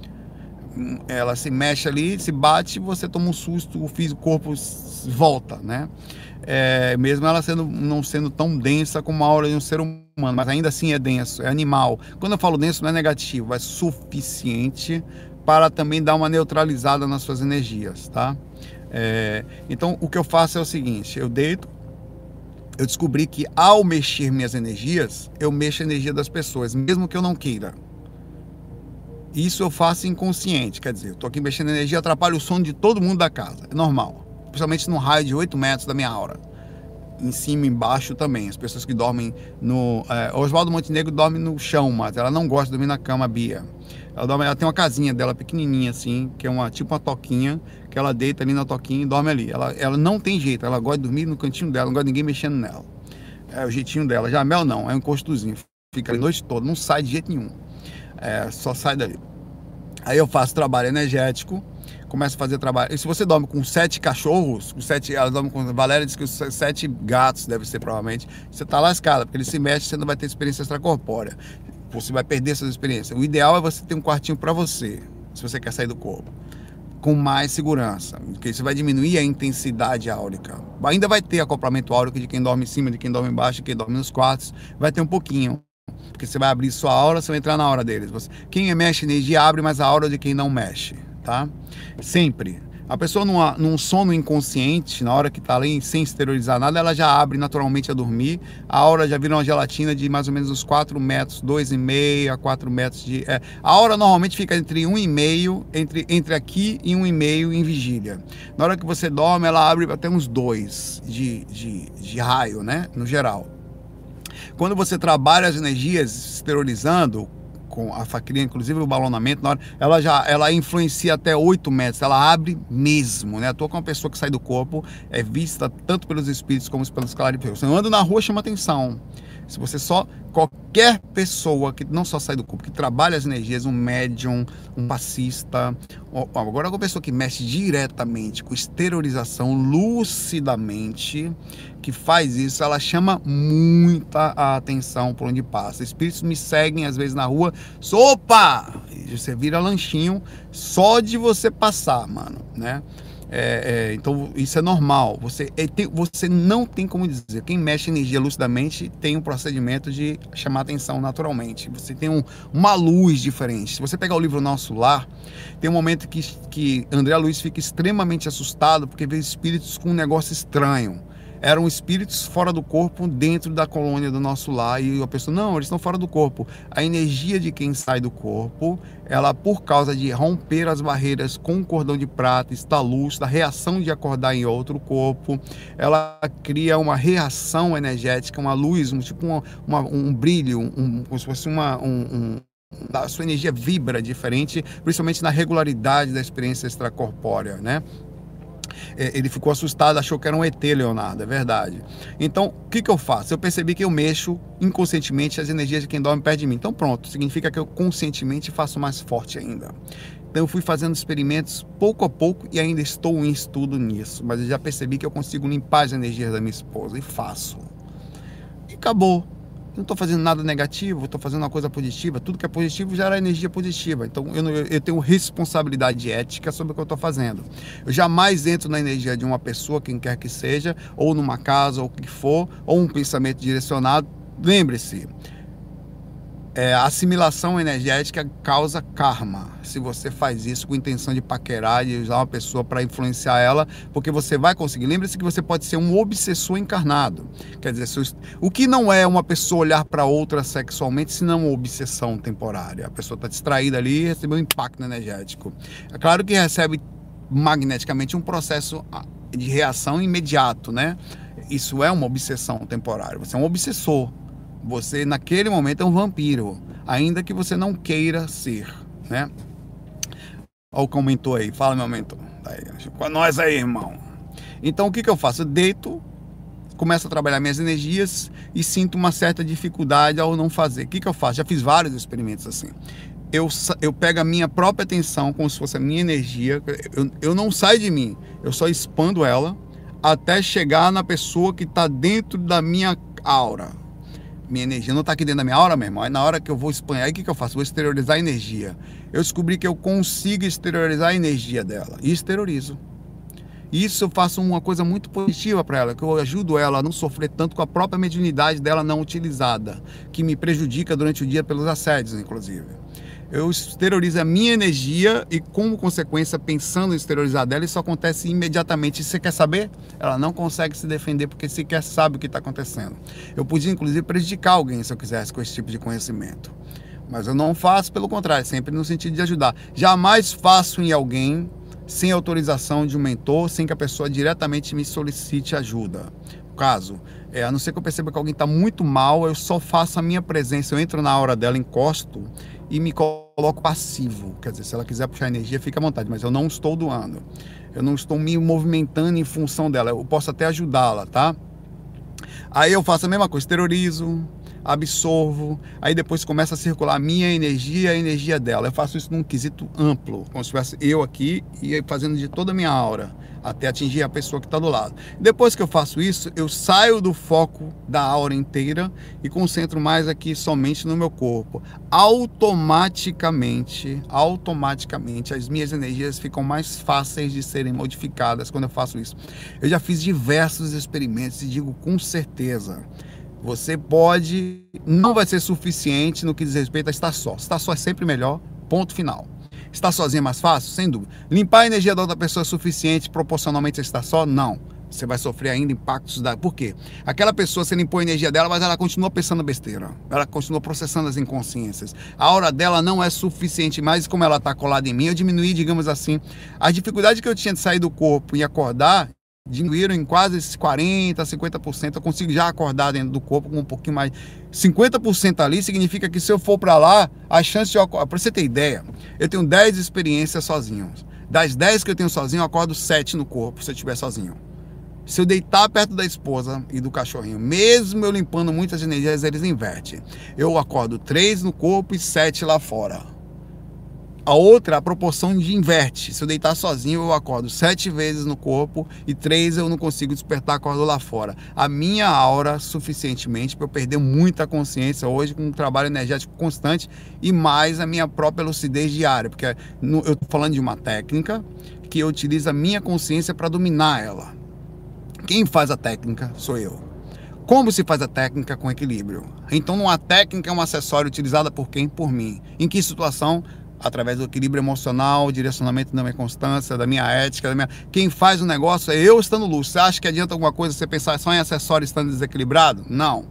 Ela se mexe ali, se bate, você toma um susto, o físico, o corpo volta, né? É, mesmo ela sendo, não sendo tão densa como a aura de um ser humano, mas ainda assim é denso, é animal. Quando eu falo denso, não é negativo, é suficiente para também dar uma neutralizada nas suas energias, tá? É, então, o que eu faço é o seguinte, eu deito, eu descobri que ao mexer minhas energias, eu mexo a energia das pessoas, mesmo que eu não queira. Isso eu faço inconsciente, quer dizer, eu tô aqui mexendo energia, atrapalha o sono de todo mundo da casa, é normal. Principalmente no raio de oito metros da minha aura. Em cima e embaixo também, as pessoas que dormem no... É, Oswaldo Montenegro dorme no chão, mas ela não gosta de dormir na cama, Bia. Ela, dorme, ela tem uma casinha dela pequenininha assim, que é uma, tipo uma toquinha, que ela deita ali na toquinha e dorme ali. Ela, ela não tem jeito, ela gosta de dormir no cantinho dela, não gosta de ninguém mexendo nela. É o jeitinho dela. Já a Mel não, é um encostozinho, fica a noite toda, não sai de jeito nenhum. É, só sai dali. Aí eu faço trabalho energético, começo a fazer trabalho. E se você dorme com sete cachorros, com sete, ela dorme com. A Valéria disse que os sete gatos deve ser provavelmente. Você tá lascada, porque ele se mexe, você não vai ter experiência extracorpórea. Você vai perder essas experiências. O ideal é você ter um quartinho para você, se você quer sair do corpo, com mais segurança, porque isso vai diminuir a intensidade áurica. Ainda vai ter acoplamento áurico de quem dorme em cima, de quem dorme embaixo, de quem dorme nos quartos, vai ter um pouquinho. Porque você vai abrir sua aura, você vai entrar na aura deles. Você, quem mexe energia abre mais a aura de quem não mexe, tá? Sempre. A pessoa num, num sono inconsciente, na hora que tá ali sem exteriorizar nada, ela já abre naturalmente a dormir. A aura já vira uma gelatina de mais ou menos uns quatro metros, dois e meio a quatro metros de... É, a aura normalmente fica entre um e meio, entre, entre aqui e um e meio em vigília. Na hora que você dorme, ela abre até uns dois de, de, de raio, né? No geral. Quando você trabalha as energias esterilizando, com a facria, inclusive o balonamento, na hora, ela já ela influencia até oito metros, ela abre mesmo, né? A tua, com uma pessoa que sai do corpo, é vista tanto pelos espíritos como pelos clarividentes. Você anda na rua, chama atenção. Se você só, qualquer pessoa que não só sai do corpo, que trabalha as energias, um médium, um passista, agora uma pessoa que mexe diretamente com exteriorização, lucidamente, que faz isso, ela chama muita atenção por onde passa. Espíritos me seguem às vezes na rua, sopa! E você vira lanchinho só de você passar, mano, né? É, é, então isso é normal, você, é, tem, você não tem como dizer, quem mexe energia lucidamente tem um procedimento de chamar atenção naturalmente, você tem um, uma luz diferente. Se você pegar o livro Nosso Lar, tem um momento que, que André Luiz fica extremamente assustado porque vê espíritos com um negócio estranho. Eram espíritos fora do corpo dentro da colônia do Nosso Lar, e a pessoa, não, eles estão fora do corpo. A energia de quem sai do corpo, ela, por causa de romper as barreiras com o cordão de prata, está lúcida, a reação de acordar em outro corpo, ela cria uma reação energética, uma luz, um, tipo uma, uma, um brilho, um, como se fosse uma... Um, um, a sua energia vibra diferente, principalmente na regularidade da experiência extracorpórea, né? Ele ficou assustado, achou que era um E T, Leonardo, é verdade. Então, o que, que eu faço? Eu percebi que eu mexo inconscientemente as energias de quem dorme perto de mim. Então pronto, significa que eu conscientemente faço mais forte ainda. Então eu fui fazendo experimentos pouco a pouco e ainda estou em estudo nisso. Mas eu já percebi que eu consigo limpar as energias da minha esposa e faço. E acabou. Eu não estou fazendo nada negativo, estou fazendo uma coisa positiva. Tudo que é positivo gera energia positiva. Então eu, não, eu tenho responsabilidade ética sobre o que eu estou fazendo. Eu jamais entro na energia de uma pessoa, quem quer que seja, ou numa casa, ou o que for, ou um pensamento direcionado. Lembre-se, é, a assimilação energética causa karma. Se você faz isso com intenção de paquerar, de usar uma pessoa para influenciar ela, porque você vai conseguir. Lembre-se que você pode ser um obsessor encarnado. Quer dizer, o que não é uma pessoa olhar para outra sexualmente, senão uma obsessão temporária. A pessoa está distraída ali e recebeu um impacto energético. É claro que recebe magneticamente um processo de reação imediato, né? Isso é uma obsessão temporária. Você é um obsessor. Você, naquele momento, é um vampiro, ainda que você não queira ser, né? Olha o que aumentou aí. Fala, meu mentor. Com nós aí, irmão. Então, o que, que eu faço? Eu deito, começo a trabalhar minhas energias e sinto uma certa dificuldade ao não fazer. O que, que eu faço? Já fiz vários experimentos assim. Eu, eu pego a minha própria atenção, como se fosse a minha energia. Eu, eu não saio de mim. Eu só expando ela até chegar na pessoa que está dentro da minha aura. Minha energia não está aqui dentro da minha aura, meu irmão. Aí na hora que eu vou espanhar, aí o que, que eu faço? Vou exteriorizar a energia. Eu descobri que eu consigo exteriorizar a energia dela. E exteriorizo. Isso eu faço uma coisa muito positiva para ela, que eu ajudo ela a não sofrer tanto com a própria mediunidade dela não utilizada, que me prejudica durante o dia pelos assédios, inclusive. Eu exteriorizo a minha energia e, como consequência, pensando em exteriorizar dela, isso acontece imediatamente. E você quer saber? Ela não consegue se defender porque sequer sabe o que está acontecendo. Eu podia, inclusive, prejudicar alguém se eu quisesse com esse tipo de conhecimento. Mas eu não faço, pelo contrário, sempre no sentido de ajudar. Jamais faço em alguém sem autorização de um mentor, sem que a pessoa diretamente me solicite ajuda. Caso, é, a não ser que eu perceba que alguém está muito mal, eu só faço a minha presença, eu entro na aura dela, encosto e me coloco passivo. Quer dizer, se ela quiser puxar energia, fica à vontade, mas eu não estou doando. Eu não estou me movimentando em função dela. Eu posso até ajudá-la, tá? Aí eu faço a mesma coisa, exteriorizo, absorvo, aí depois começa a circular a minha energia e a energia dela. Eu faço isso num quesito amplo, como se fosse eu aqui e fazendo de toda a minha aura, até atingir a pessoa que está do lado. Depois que eu faço isso, eu saio do foco da aura inteira e concentro mais aqui somente no meu corpo. Automaticamente, automaticamente, as minhas energias ficam mais fáceis de serem modificadas quando eu faço isso. Eu já fiz diversos experimentos e digo com certeza, você pode, não vai ser suficiente no que diz respeito a estar só. Estar só é sempre melhor, ponto final. Estar sozinho é mais fácil? Sem dúvida. Limpar a energia da outra pessoa é suficiente proporcionalmente a estar só? Não. Você vai sofrer ainda impactos da... Por quê? Aquela pessoa, você limpou a energia dela, mas ela continua pensando besteira. Ela continua processando as inconsciências. A aura dela não é suficiente mais, como ela está colada em mim, eu diminuí, digamos assim, a dificuldade que eu tinha de sair do corpo e acordar, diminuíram em quase quarenta por cento, cinquenta por cento. Eu consigo já acordar dentro do corpo com um pouquinho mais, cinquenta por cento ali significa que se eu for para lá, a chance de eu acordar... Para você ter ideia, eu tenho dez experiências sozinho. Das dez que eu tenho sozinho, eu acordo sete no corpo, se eu estiver sozinho. Se eu deitar perto da esposa e do cachorrinho, mesmo eu limpando muitas energias, eles invertem. Eu acordo três no corpo e sete lá fora. A outra, a proporção de inverte. Se eu deitar sozinho, eu acordo sete vezes no corpo e três eu não consigo despertar, acordo lá fora. A minha aura, suficientemente, para eu perder muita consciência hoje com um trabalho energético constante e mais a minha própria lucidez diária. Porque eu estou falando de uma técnica que eu utilizo a minha consciência para dominar ela. Quem faz a técnica sou eu. Como se faz a técnica com equilíbrio? Então, não, a técnica é um acessório utilizado por quem? Por mim. Em que situação? Através do equilíbrio emocional, direcionamento da minha constância, da minha ética, da minha... Quem faz o negócio é eu estando lúcido. Você acha que adianta alguma coisa você pensar só em acessório estando desequilibrado? Não.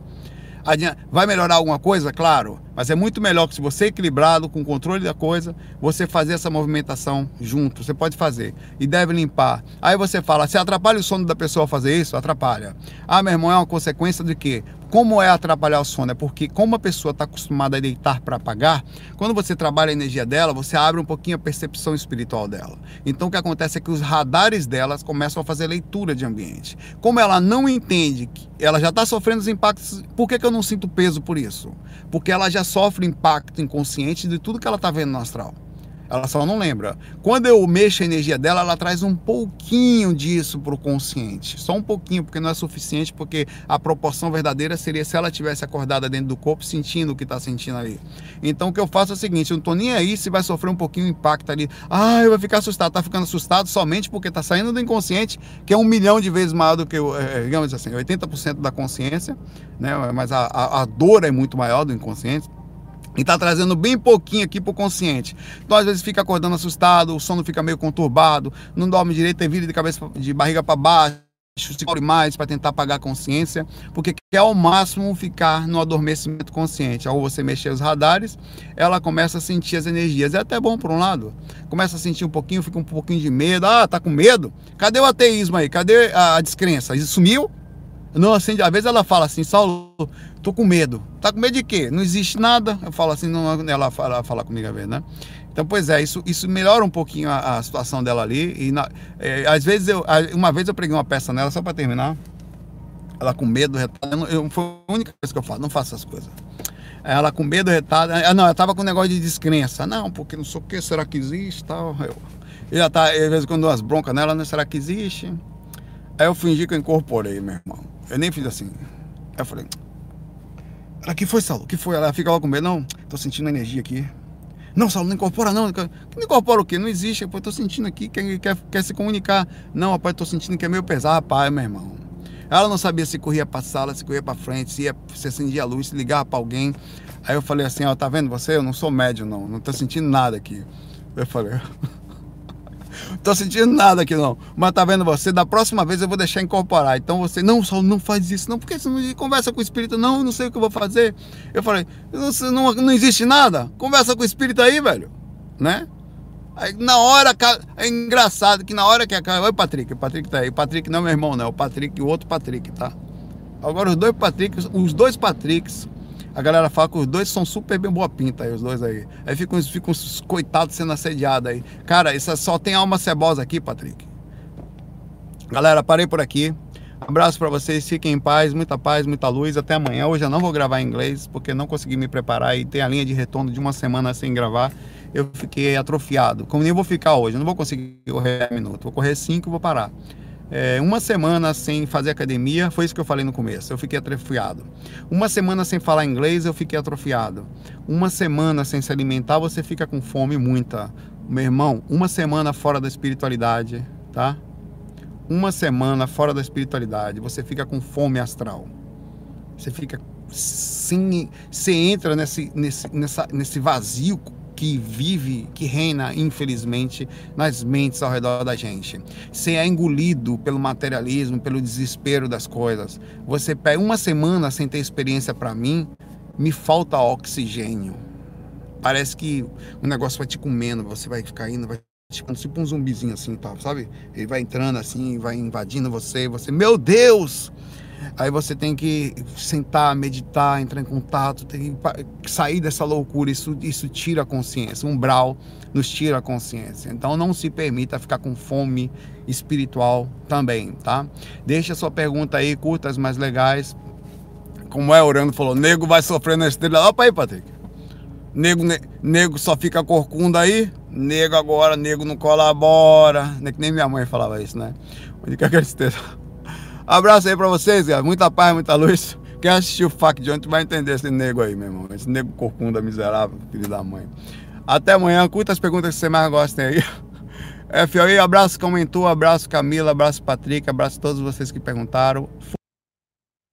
Vai melhorar alguma coisa? Claro, mas é muito melhor que se você é equilibrado, com controle da coisa, você fazer essa movimentação junto, você pode fazer e deve limpar. Aí você fala, se atrapalha o sono da pessoa fazer isso? Atrapalha. Ah, meu irmão, é uma consequência de quê? Como é atrapalhar o sono? É porque como a pessoa está acostumada a deitar para apagar, quando você trabalha a energia dela, você abre um pouquinho a percepção espiritual dela. Então o que acontece é que os radares delas começam a fazer leitura de ambiente. Como ela não entende que ela já está sofrendo os impactos, por que que eu não sinto peso por isso? Porque ela já sofre impacto inconsciente de tudo que ela está vendo no astral. Ela só não lembra. Quando eu mexo a energia dela, ela traz um pouquinho disso para o consciente. Só um pouquinho, porque não é suficiente, porque a proporção verdadeira seria se ela tivesse acordada dentro do corpo, sentindo o que está sentindo ali. Então o que eu faço é o seguinte, eu não estou nem aí se vai sofrer um pouquinho de impacto ali. Ah, eu vou ficar assustado. Está ficando assustado somente porque está saindo do inconsciente, que é um milhão de vezes maior do que, digamos assim, oitenta por cento da consciência, né? Mas a, a, a dor é muito maior do inconsciente. E está trazendo bem pouquinho aqui para o consciente. Então, às vezes, fica acordando assustado, o sono fica meio conturbado, não dorme direito, tem vida de cabeça, de barriga para baixo, se cobre mais para tentar apagar a consciência, porque quer ao máximo ficar no adormecimento consciente. Ao você mexer os radares, ela começa a sentir as energias. É até bom por um lado. Começa a sentir um pouquinho, fica um pouquinho de medo. Ah, tá com medo? Cadê o ateísmo aí? Cadê a descrença? Isso sumiu? Não, assim, às vezes ela fala assim, Saulo, tô com medo. Tá com medo de quê? Não existe nada. Eu falo assim, não, ela fala, ela fala comigo a vez, né? Então, pois é, isso, isso melhora um pouquinho a, a situação dela ali. E na, é, às vezes, eu, uma vez eu preguei uma peça nela, só para terminar. Ela com medo, retalho, eu, foi a única coisa que eu faço, não faço essas coisas. Ela com medo, retalho, ah, não, ela tava com um negócio de descrença. Não, porque não sei o que, será que existe? Tal. Eu, eu já tá, às vezes, quando dou umas broncas nela, né, será que existe? Aí eu fingi que eu incorporei, meu irmão. Eu nem fiz assim. Aí eu falei, ela, que foi, Saulo? Que foi? Ela fica lá com medo. Não, tô sentindo energia aqui. Não, Saulo, não incorpora não. Não incorpora o quê? Não existe. Eu tô sentindo aqui, quer, quer, quer se comunicar. Não, rapaz, tô sentindo que é meio pesado, rapaz, meu irmão. Ela não sabia se corria pra sala, se corria pra frente, se, ia, se acendia a luz, se ligava pra alguém. Aí eu falei assim, ó, tá vendo você? Eu não sou médium, não. Não tô sentindo nada aqui. Eu falei... Tô sentindo nada aqui não, mas tá vendo você, da próxima vez eu vou deixar incorporar. Então você, não, só não faz isso não, porque você não conversa com o espírito. Não, eu não sei o que eu vou fazer. Eu falei, não, não, não existe nada, conversa com o espírito aí, velho, né? Aí na hora, é engraçado que na hora que acaba, oi Patrick, o Patrick tá aí, o Patrick não é meu irmão não, o Patrick, o outro Patrick, tá? Agora os dois Patricks, os dois Patricks, a galera fala que os dois são super bem boa pinta aí, os dois aí. Aí ficam, ficam os coitados sendo assediados aí. Cara, isso só tem alma cebosa aqui, Patrick. Galera, parei por aqui. Abraço pra vocês, fiquem em paz, muita paz, muita luz. Até amanhã. Hoje eu não vou gravar em inglês, porque não consegui me preparar e tem a linha de retorno de uma semana sem gravar. Eu fiquei atrofiado. Como nem vou ficar hoje, eu não vou conseguir correr dez minutos. Vou correr cinco e vou parar. É, uma semana sem fazer academia, foi isso que eu falei no começo, eu fiquei atrofiado. Uma semana sem falar inglês, eu fiquei atrofiado. Uma semana sem se alimentar, você fica com fome muita. Meu irmão, uma semana fora da espiritualidade, tá? Uma semana fora da espiritualidade, você fica com fome astral. Você fica sem... Você entra nesse, nesse, nessa, nesse vazio que vive, que reina, infelizmente, nas mentes ao redor da gente. Você é engolido pelo materialismo, pelo desespero das coisas. Você pega uma semana sem ter experiência. Para mim, me falta oxigênio. Parece que o negócio vai te comendo, você vai ficar indo, vai tipo, tipo um zumbizinho assim, tá, sabe? Ele vai entrando assim, vai invadindo você, você, meu Deus! Aí você tem que sentar, meditar, entrar em contato, tem que sair dessa loucura. Isso, isso tira a consciência. Um umbral nos tira a consciência. Então não se permita ficar com fome espiritual também, tá? Deixa a sua pergunta aí, curtas, mais legais. Como é, Orando falou, nego vai sofrer na estrela. Opa aí, Patrick. Nego, ne, nego só fica corcunda aí. Nego agora, nego não colabora. Não é que nem minha mãe falava isso, né? Onde quer que ele esteja. Abraço aí pra vocês, galera. Muita paz, muita luz. Quem assistiu o Fac de ontem vai entender esse nego aí, meu irmão. Esse nego corcunda miserável, filho da mãe. Até amanhã. Curta as perguntas que você mais gosta aí. F O I, abraço, comentou. Abraço, Camila. Abraço, Patrick. Abraço a todos vocês que perguntaram.